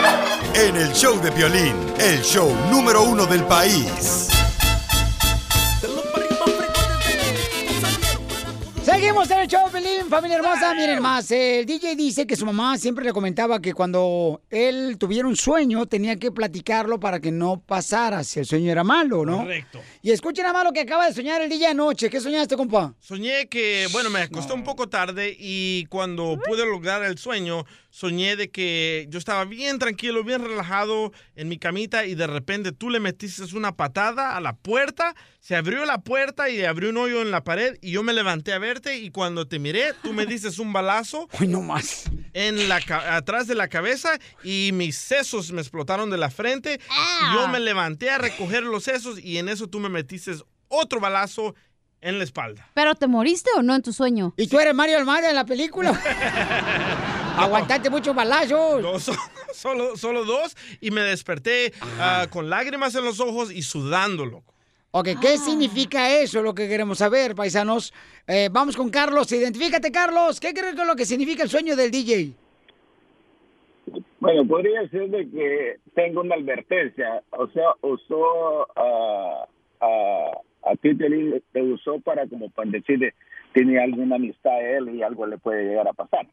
En el show de Piolín, el show número uno del país. Seguimos Seguimos en el show, Pelín, familia hermosa. Miren más, el D J dice que su mamá siempre le comentaba que cuando él tuviera un sueño tenía que platicarlo para que no pasara si el sueño era malo, ¿no? Correcto. Y escuchen a más lo que acaba de soñar el D J anoche. ¿Qué soñaste, compa? Soñé que, bueno, me acosté un poco tarde y cuando pude lograr el sueño, soñé de que yo estaba bien tranquilo, bien relajado en mi camita y de repente tú le metiste una patada a la puerta, se abrió la puerta y abrió un hoyo en la pared y yo me levanté a verte y cuando te miré, tú me diste un balazo. ¡Ay, no más! En la, atrás de la cabeza y mis sesos me explotaron de la frente. Y yo me levanté a recoger los sesos y en eso tú me metiste otro balazo en la espalda. ¿Pero te moriste o no en tu sueño? ¿Y tú eres Mario Almada en la película? Aguantaste muchos balazos. No, so, solo, solo dos y me desperté uh, con lágrimas en los ojos y sudando, loco. Ok, ¿qué ah. significa eso? Lo que queremos saber, paisanos. Eh, vamos con Carlos. Identifícate, Carlos. ¿Qué crees que es lo que significa el sueño del D J? Bueno, podría ser de que tengo una advertencia. O sea, usó a, a, a ti, te, te usó para como para decirle, tiene alguna amistad a él y algo le puede llegar a pasar.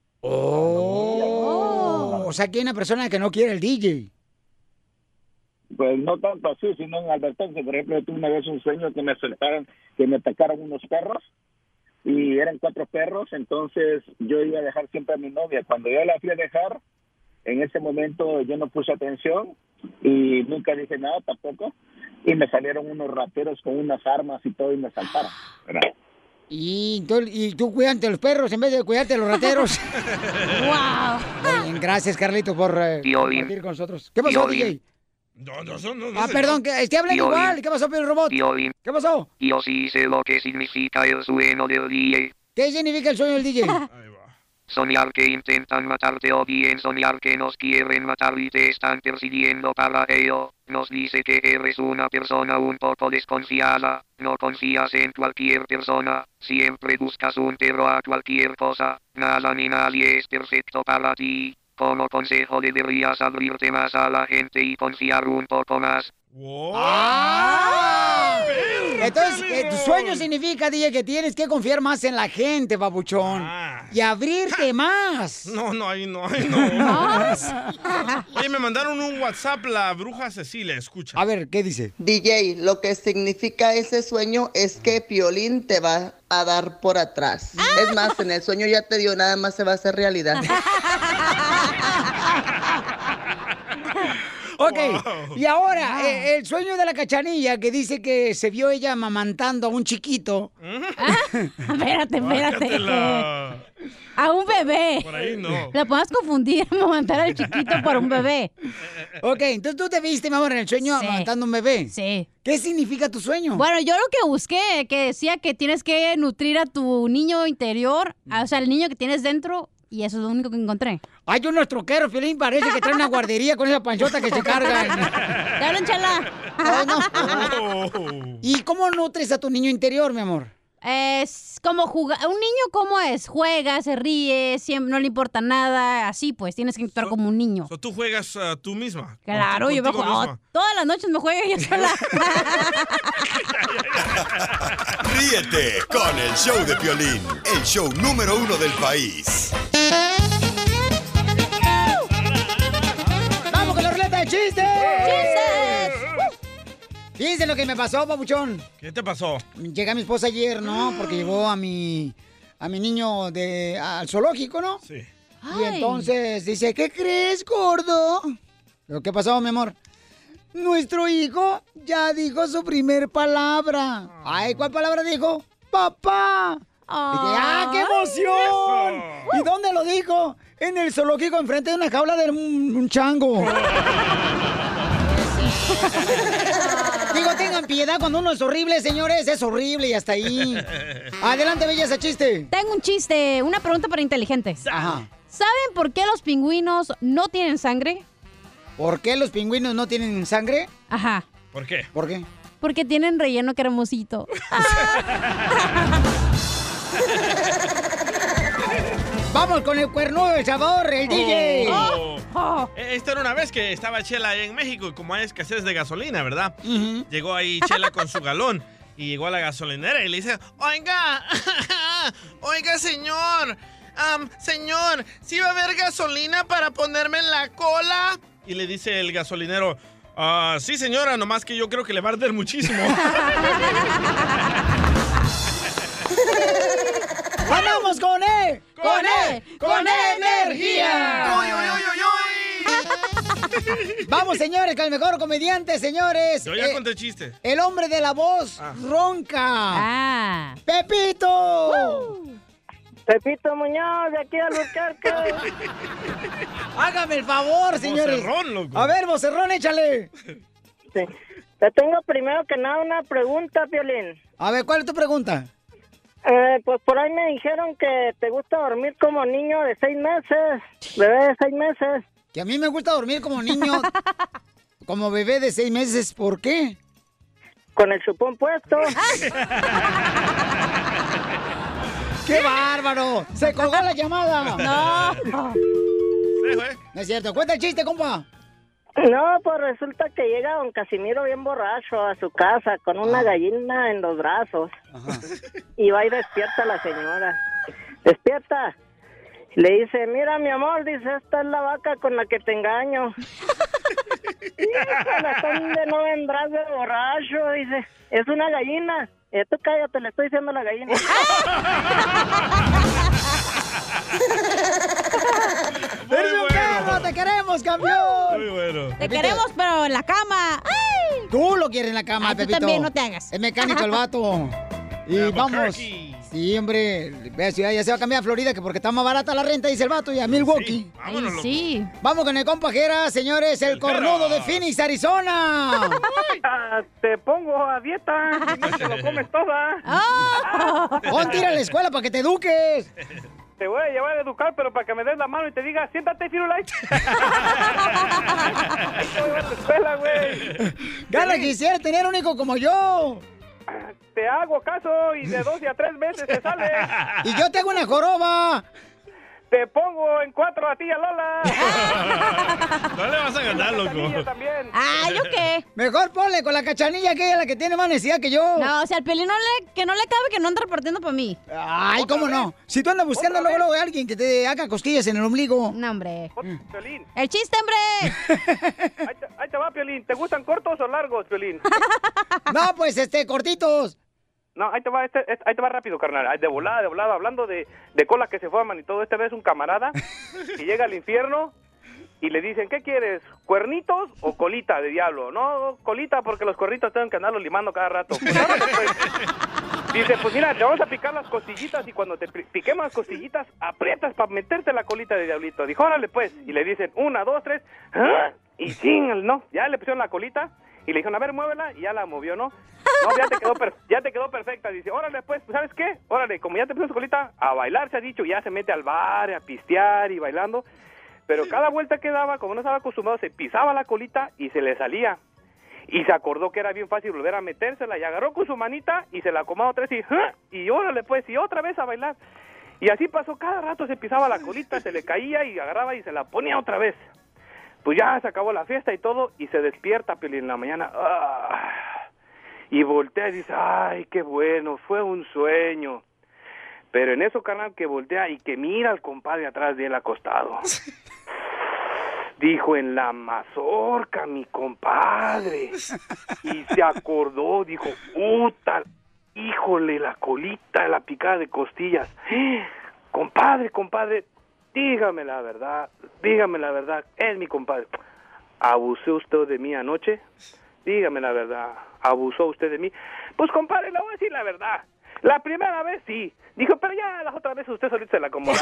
Oh, o sea, que hay una persona que no quiere el D J. Pues no tanto así, sino en advertencia. Por ejemplo, tuve una vez un sueño que me soltaron, que me atacaron unos perros y eran cuatro perros, entonces yo iba a dejar siempre a mi novia. Cuando yo la fui a dejar, en ese momento yo no puse atención y nunca dije nada tampoco y me salieron unos rateros con unas armas y todo y me saltaron, ¿verdad? Y tú, y tú cuidante los perros en vez de cuidarte de los rateros. ¡Wow! Bien, gracias, Carlito, por eh, compartir con nosotros. ¿Qué pasó, D J? No, no, no, no, no. Ah, perdón, que estoy hablando Piolín. igual. ¿Qué pasó, Pedro Robot? Piolín. ¿Qué pasó? Yo sí sé lo que significa el sueño del D J. ¿Qué significa el sueño del D J? Soñar que intentan matarte o bien soñar que nos quieren matar y te están persiguiendo para ello. Nos dice que eres una persona un poco desconfiada, no confías en cualquier persona, siempre buscas un pero a cualquier cosa, nada ni nadie es perfecto para ti. Como consejo deberías abrirte más a la gente y confiar un poco más. Wow. ¡Ah! Entonces, eh, tu sueño significa, D J, que tienes que confiar más en la gente, babuchón. Ah. Y abrirte más. No, no, ahí no, ahí no. ¿Más? Oye, me mandaron un WhatsApp la bruja Cecilia, escucha. A ver, ¿qué dice? D J, lo que significa ese sueño es que Piolín te va a dar por atrás. Ah. Es más, en el sueño ya te dio, nada más se va a hacer realidad. Ok, wow. Y ahora, wow. eh, el sueño de la Cachanilla, que dice que se vio ella amamantando a un chiquito. ¿Ah? Espérate, espérate. A un bebé. Por ahí no. La podemos confundir, amamantar al chiquito por un bebé. Ok, entonces tú te viste, mi amor, en el sueño sí. amamantando a un bebé. Sí. ¿Qué significa tu sueño? Bueno, yo lo que busqué, que decía que tienes que nutrir a tu niño interior, o sea, el niño que tienes dentro. Y eso es lo único que encontré. Hay unos troqueros, Piolín, parece que traen una guardería con esa panchota que se cargan. ¿Te hablan, chala? No, no. Oh. ¿Y cómo nutres a tu niño interior, mi amor? Es como jugar. Un niño, ¿cómo es? Juega, se ríe, siempre, no le importa nada. Así, pues, tienes que actuar so, como un niño. So, ¿Tú juegas uh, tú misma? Claro, yo me juego. Oh, todas las noches me juego yo sola. Ríete con el show de Piolín, el show número uno del país. ¡Vamos con la ruleta de chistes! ¡Chistes! Fíjense lo que me pasó, papuchón. ¿Qué te pasó? Llega mi esposa ayer, ¿no? Porque llevó a mi a mi niño de al zoológico, ¿no? Sí. Y Ay. entonces dice, ¿qué crees, gordo? ¿Pero qué pasó, mi amor? Nuestro hijo ya dijo su primer palabra. Ay, ¿cuál palabra dijo? ¡Papá! Dije, ¡ah, qué emoción! ¿Y dónde lo dijo? En el zoológico, enfrente de una jaula de un, un chango. Digo, tengan piedad cuando uno es horrible, señores. Es horrible y hasta ahí. Adelante, bella, ese chiste. Tengo un chiste, una pregunta para inteligentes. Ajá. ¿Saben por qué los pingüinos no tienen sangre? ¿Por qué los pingüinos no tienen sangre? Ajá. ¿Por qué? ¿Por qué? Porque tienen relleno cremosito. Vamos con el cuernudo del sabor, el D J. Oh. Oh. Esta era una vez que estaba Chela en México y como hay escasez de gasolina, ¿verdad? Uh-huh. Llegó ahí Chela con su galón y llegó a la gasolinera y le dice, oiga, Oiga, señor. Am, señor, ¿sí va a haber gasolina para ponerme en la cola? Y le dice el gasolinero, ah, sí, señora, nomás que yo creo que le va a arder muchísimo. ¡Vamos con E! ¡Con E! ¡Con energía! ¡Uy, uy, uy, uy, uy! Vamos, señores, con el mejor comediante, señores. Yo ya Eh, conté chiste. El hombre de la voz Ah. ronca. Ah. ¡Pepito! Pepito Muñoz, de aquí al Albuquerque. Hágame el favor, señores. Vocerrón, loco. A ver, vocerrón, échale. Sí. Te tengo primero que nada una pregunta, Piolín. A ver, ¿cuál es tu pregunta? Eh, pues por ahí me dijeron que te gusta dormir como niño de seis meses, bebé de seis meses. Que a mí me gusta dormir como niño, como bebé de seis meses. ¿Por qué? Con el chupón puesto. ¡Qué bárbaro! ¡Se colgó la llamada! No. Sí, güey. No es cierto. Cuenta el chiste, compa. No, pues resulta que llega don Casimiro bien borracho a su casa con una gallina en los brazos. Y va y despierta a la señora. Despierta. Le dice, mira mi amor, dice, esta es la vaca con la que te engaño. Híjole, ¿dónde no vendrás de borracho? Dice, es una gallina. Eh, tú cállate, le estoy diciendo a la gallina. ¡Eres un perro! ¡Te queremos, campeón! Muy bueno. Te queremos, pero en la cama. ¡Ay! Tú lo quieres en la cama, Ah, tú Pepito. también, no te hagas. Es mecánico el vato. Y De vamos. Albuquerque. Sí, hombre. Ve, ciudad ya se va a cambiar a Florida, que porque está más barata la renta, dice el vato, y a Milwaukee. Sí, vámonos, loco. Sí. Vamos con el compa Jera, señores, el, El cornudo de Jera. Phoenix, Arizona. Ah, te pongo a dieta y no te lo comes toda. ¡Oh! Ponte a ir a la escuela para que te eduques. Te voy a llevar a educar, pero para que me des la mano y te diga, siéntate, Firulais. Ahí te voy a llevar a la escuela, güey. Gana quisiera tener un hijo como yo. Te hago caso y de dos y a tres meses te sale. Y yo tengo una joroba. Te pongo en cuatro a ti y a Lola. No le vas a ganar, Niña loco. también. Ah, ¿yo qué? Mejor ponle con la cachanilla que ella la que tiene más necesidad que yo. No, o sea, el pelín no le, que no le cabe que no anda repartiendo para mí. Ay, ¿cómo no? Si tú andas buscando luego, luego a alguien que te haga cosquillas en el ombligo. No, hombre. Piolín, El chiste, hombre. ahí te, ahí te va, Piolín. ¿Te gustan cortos o largos, Piolín? No, pues este, cortitos. No, ahí te va, este, este- ahí te va rápido, carnal. Ahí de volada, de volada, hablando de, de colas que se forman y todo. Esta vez un camarada que llega al infierno y le dicen, ¿qué quieres? ¿Cuernitos o colita de diablo? No, colita, porque los cuernitos tengo que andarlos limando cada rato. Pues, órale, pues. Dice, pues mira, te vamos a picar las costillitas y cuando te pi- piquemos las costillitas, aprietas para meterte la colita de diablito. Dijo, órale, pues. Y le dicen, una, dos, tres. ¡Ah! Y ching, no, ya le pusieron la colita. Y le dijeron, a ver, muévela, y ya la movió, ¿no? No, ya te quedó, per- ya te quedó perfecta. Dice, órale, pues, ¿sabes qué? Órale, como ya te puso su colita, a bailar, se ha dicho, ya se mete al bar, a pistear y bailando. Pero cada vuelta que daba, como no estaba acostumbrado, se pisaba la colita y se le salía. Y se acordó que era bien fácil volver a metérsela, y agarró con su manita y se la acomodó otra vez y, ¡ah! Y órale, pues, y otra vez a bailar. Y así pasó, cada rato se pisaba la colita, se le caía y agarraba y se la ponía otra vez. Pues ya se acabó la fiesta y todo, y se despierta Piolín en la mañana. ¡Ah! Y voltea y dice, ay, qué bueno, fue un sueño. Pero en eso, carnal, que voltea y que mira al compadre atrás de él acostado. Dijo, en la mazorca, mi compadre. Y se acordó, dijo, puta, híjole, la colita, la picada de costillas. Compadre, compadre, dígame la verdad, dígame la verdad, es mi compadre. ¿Abusó usted de mí anoche? Dígame la verdad, ¿abusó usted de mí? Pues, compadre, le voy a decir la verdad. La primera vez sí. Dijo, pero ya las otras veces usted solito se la acomodó.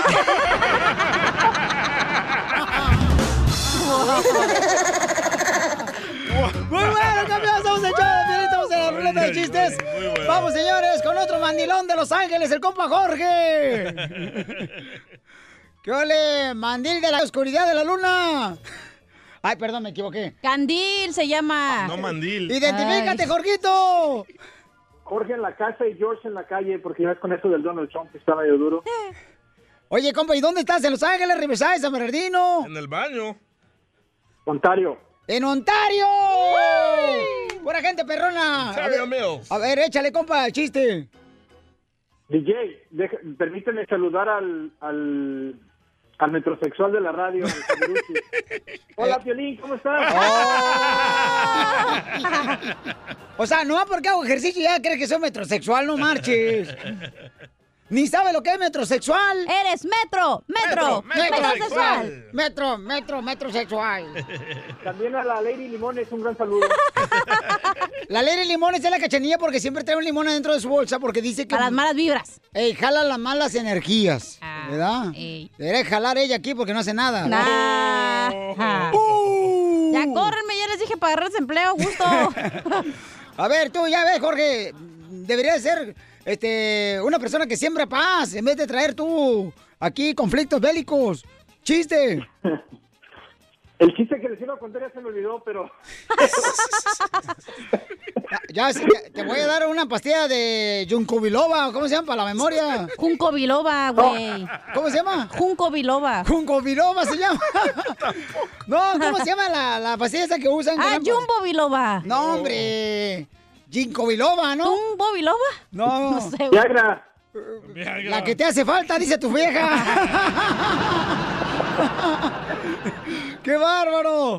Muy bueno, campeón, estamos echados, bien, estamos en la ruleta de chistes. Vamos, señores, con otro mandilón de Los Ángeles, el compa Jorge. ¿Qué ole, mandil de la oscuridad de la luna? Ay, perdón, me equivoqué. Candil se llama. No, mandil. Identifícate, Ay. Jorgito. Jorge en la casa y George en la calle, porque ya es con eso del Donald Trump que está medio duro. Oye, compa, ¿y dónde estás? ¿En Los Ángeles, Riverside, San Bernardino? En el baño. Ontario. ¡En Ontario! ¡Pura gente perrona! A Ontario ver, Mills. a ver, échale, compa, el chiste. D J, deja- permíteme saludar al, al, al metrosexual de la radio. Hola, Piolín, ¿cómo estás? O sea, no porque hago ejercicio ya crees que soy metrosexual, no marches. Ni sabe lo que es metrosexual. Eres metro, metro, metrosexual. Metro, metro, metrosexual. También a la Lady Limones, un gran saludo. La Lady Limones es la Cachanilla porque siempre trae un limón adentro de su bolsa porque dice que... A las malas vibras. Ey, jala las malas energías, Ah, ¿verdad? ey. Debería jalar ella aquí porque no hace nada. Nah. Uh. Ya córrenme, ya les dije para agarrarse empleo, a gusto. A ver, tú ya ves, Jorge, debería ser este, una persona que siembra paz en vez de traer tú aquí conflictos bélicos. ¡Chiste! El chiste que les iba a contar ya se me olvidó, pero... Ya, ya, te, te voy a dar una pastilla de Junco Biloba, ¿cómo se llama? Para la memoria. Junco Biloba, güey. ¿Cómo se llama? Junco Biloba. Junco Biloba se llama. No, ¿cómo se llama la, la pastilla esa que usan? Ah, Jumbo Biloba. No, hombre. Ginkgo Biloba, ¿no? ¿Jumbo Biloba? No. No sé, güey. Viagra. La que te hace falta, dice tu vieja. ¡Qué bárbaro!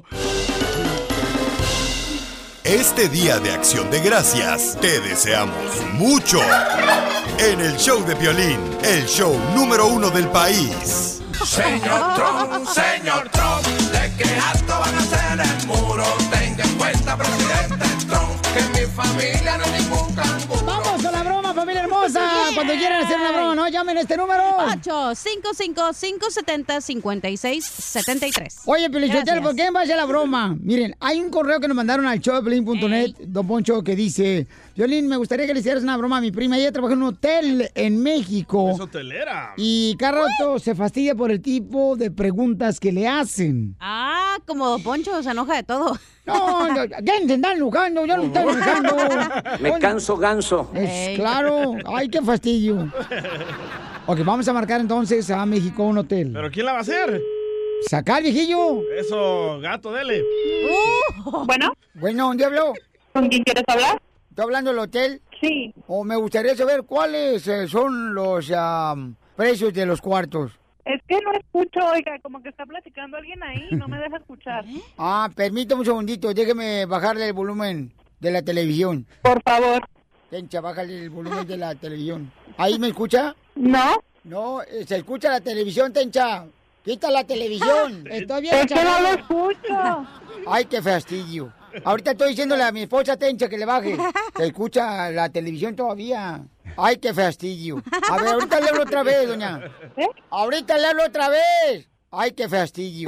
Este Día de Acción de Gracias te deseamos mucho. En el show de Piolín, el show número uno del país. Señor Trump, señor Trump, ¿de qué alto van a hacer el muro? Tenga en cuenta, presidente Trump, que mi familia no es ningún canguro. ¡Vamos a la broma, familia hermosa! Cuando quieran hacer una broma, ¿no? Llamen a este número. ocho cinco cinco, cinco siete cero, cinco seis siete tres. Oye, Pelichotelo, Gracias. ¿por qué va a ser la broma? Miren, hay un correo que nos mandaron al show de Piolín punto net, Don Poncho, que dice: Piolín, me gustaría que le hicieras una broma a mi prima. Ella trabaja en un hotel en México. Es hotelera. Y cada rato se fastidia por el tipo de preguntas que le hacen. Ah, como Don Poncho se enoja de todo. No, no, ¿quién se está enojando? Yo no estoy enojando. Me canso ganso. Es Ey. claro. Ay, qué fastidio. Ok, vamos a marcar entonces a México un hotel. ¿Pero quién la va a hacer? Sacar, viejillo. Eso, gato, dele. Bueno, Bueno, ¿dónde habló? ¿con quién quieres hablar? ¿Está hablando del hotel? Sí. O me gustaría saber cuáles eh, son los am, precios de los cuartos. Es que no escucho, oiga, como que está platicando alguien ahí y no me deja escuchar. Ah, permítame un segundito, déjeme bajarle el volumen de la televisión. Por favor. Tencha, bájale el volumen de la televisión. ¿Ahí me escucha? No. No, eh, se escucha la televisión, Tencha. Quita la televisión. Estoy bien, Es que no lo chaval. escucho. Ay, qué fastidio. Ahorita estoy diciéndole a mi esposa Tencha que le baje. Se escucha la televisión todavía. Ay, qué fastidio. A ver, ahorita le hablo otra vez, doña. ¿Eh? Ahorita le hablo otra vez. Ay, qué fastidio.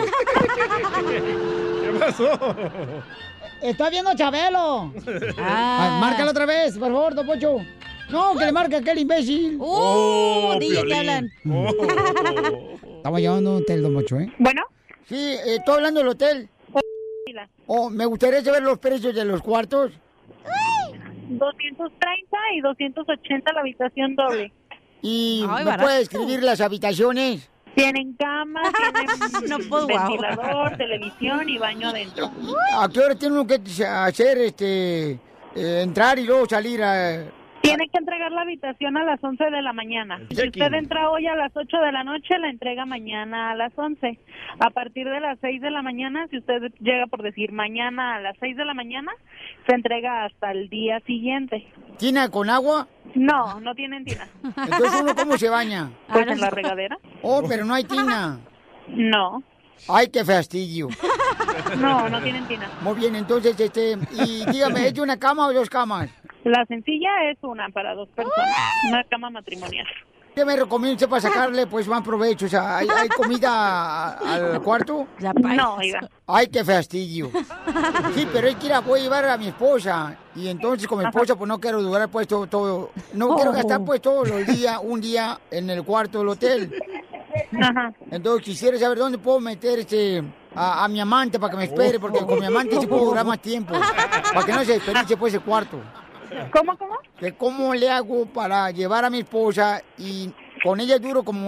¿Qué pasó? Estoy viendo Chabelo. Ay, márcalo otra vez, por favor, Don Poncho. No, que le marque aquel imbécil. Uh, Oh, D J te Piolín. hablan. Oh. Estamos llamando a un hotel, Don Poncho, ¿eh? Bueno. Sí, eh, estoy hablando del hotel. Oh, me gustaría saber los precios de los cuartos. doscientos treinta y doscientos ochenta la habitación doble. ¿Y Ay, me barato. puede escribir las habitaciones? Tienen cama, tienen No, pues, guau. ventilador, televisión y baño adentro. ¿A qué hora tiene uno que hacer, este, eh, entrar y luego salir a... Tiene que entregar la habitación a las once de la mañana. Si check-in. usted entra hoy a las ocho de la noche, la entrega mañana a las once. A partir de las seis de la mañana, si usted llega por decir mañana a las seis de la mañana, se entrega hasta el día siguiente. ¿Tina con agua? No, no tienen tina. Entonces, ¿uno cómo se baña? Pues en la regadera. Oh, pero no hay tina. No, Ay, qué fastidio. no, no tienen tina. Muy bien, entonces, este, y dígame, ¿es una cama o dos camas? La sencilla es una para dos personas, una cama matrimonial. ¿Qué me recomienda usted para sacarle, pues, más provecho? O sea, ¿hay, hay comida a- al cuarto? No, oiga. Ay, qué fastidio. Sí, pero es que la voy a llevar a mi esposa. Y entonces con mi esposa, pues no quiero durar pues todo, todo no quiero gastar pues todos los días, un día en el cuarto del hotel. Ajá. Entonces quisiera saber dónde puedo meter este a, a mi amante para que me espere, porque con mi amante sí puedo durar más tiempo. Para que no se desperdicie pues el cuarto. ¿Cómo, cómo? Que cómo le hago para llevar a mi esposa y con ella duro como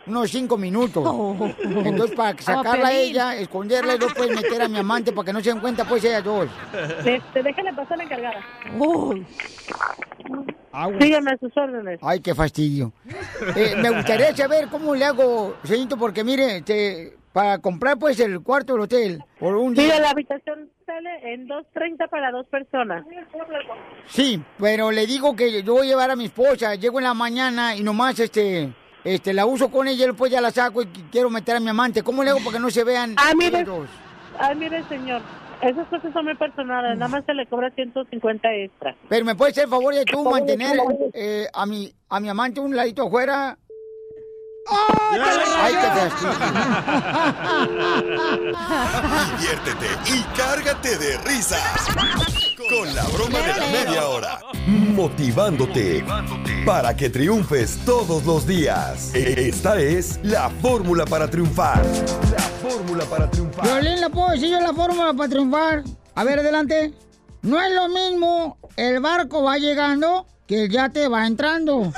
unos cinco minutos. Oh. Entonces, para sacarla a ella, esconderla y no puedes meter a mi amante para que no se den cuenta, pues, ellas dos. Este, déjale pasar la encargada. Oh. Sígueme a sus órdenes. Ay, qué fastidio. Eh, me gustaría saber cómo le hago, señorito, porque mire, este, para comprar, pues, el cuarto del hotel por un Sí, día. la habitación sale en dos treinta para dos personas. Sí, pero le digo que yo voy a llevar a mi esposa, llego en la mañana y nomás, este... Este, la uso con ella, después ya la saco y quiero meter a mi amante. ¿Cómo le hago para que no se vean Ah, mire, ellos dos? ah, mire, señor, esas cosas son muy personales, nada más se le cobra ciento cincuenta extra. Pero me puedes hacer el favor de tú mantener eh, a mi a mi amante un ladito afuera. ¡Ay, qué Diviértete y cárgate de risas con la broma de la media hora. Motivándote para que triunfes todos los días. Esta es la fórmula para triunfar. La fórmula para triunfar. Violín, ¿la puedo decir yo la fórmula para triunfar? A ver, adelante. No es lo mismo el barco va llegando que el yate va entrando.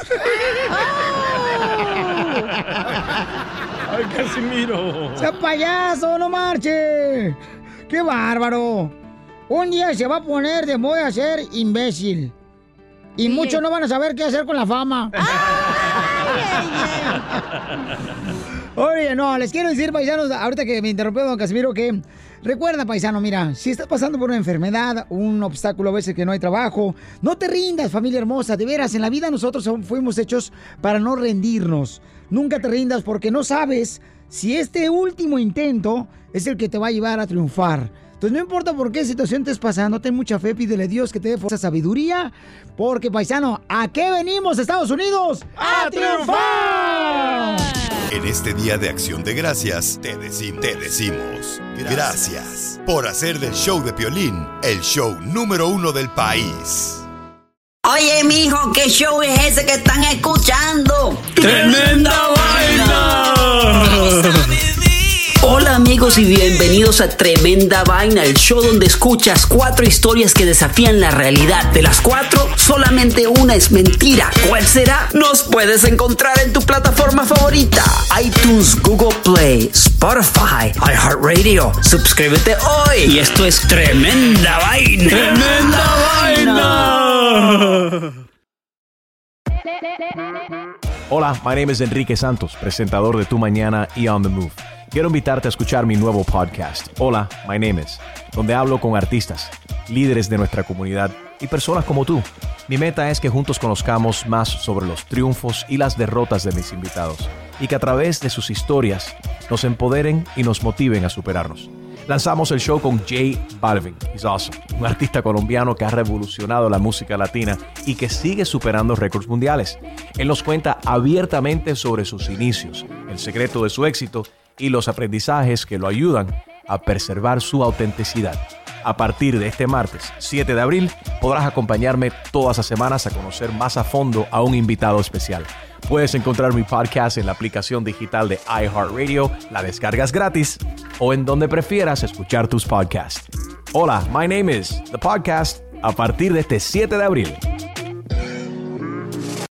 ¡Ay, Casimiro! ¡Sea payaso, no marche! ¡Qué bárbaro! Un día se va a poner de moda ser imbécil. Y muchos no van a saber qué hacer con la fama. Oye, no, les quiero decir, paisanos, ahorita que me interrumpió don Casimiro, que recuerda, paisano, mira, si estás pasando por una enfermedad, un obstáculo a veces que no hay trabajo, no te rindas, familia hermosa, de veras, en la vida nosotros fuimos hechos para no rendirnos. Nunca te rindas porque no sabes si este último intento es el que te va a llevar a triunfar. Entonces no importa por qué situación estés pasando, ten mucha fe, pídele a Dios que te dé fuerza, sabiduría, porque, paisano, ¿a qué venimos, Estados Unidos? ¡A triunfar! En este Día de Acción de Gracias, te, decim- te decimos gracias por hacer del show de Piolín el show número uno del país. Oye, mijo, ¿qué show es ese que están escuchando? ¡Tremenda Vaina! Hola amigos y bienvenidos a Tremenda Vaina, el show donde escuchas cuatro historias que desafían la realidad. De las cuatro, solamente una es mentira. ¿Cuál será? Nos puedes encontrar en tu plataforma favorita: iTunes, Google Play, Spotify, iHeartRadio. Suscríbete hoy. Y esto es Tremenda Vaina. ¡Tremenda Vaina! Hola, my name is Enrique Santos, presentador de Tu Mañana y On The Move. Quiero invitarte a escuchar mi nuevo podcast, Hola, my name is, donde hablo con artistas, líderes de nuestra comunidad y personas como tú. Mi meta es que juntos conozcamos más sobre los triunfos y las derrotas de mis invitados y que a través de sus historias nos empoderen y nos motiven a superarnos. Lanzamos el show con J Balvin, he's awesome, un artista colombiano que ha revolucionado la música latina y que sigue superando récords mundiales. Él nos cuenta abiertamente sobre sus inicios, el secreto de su éxito y los aprendizajes que lo ayudan a preservar su autenticidad. A partir de este martes, siete de abril, podrás acompañarme todas las semanas a conocer más a fondo a un invitado especial. Puedes encontrar mi podcast en la aplicación digital de iHeartRadio, la descargas gratis, o en donde prefieras escuchar tus podcasts. Hola, my name is The Podcast, a partir de este siete de abril.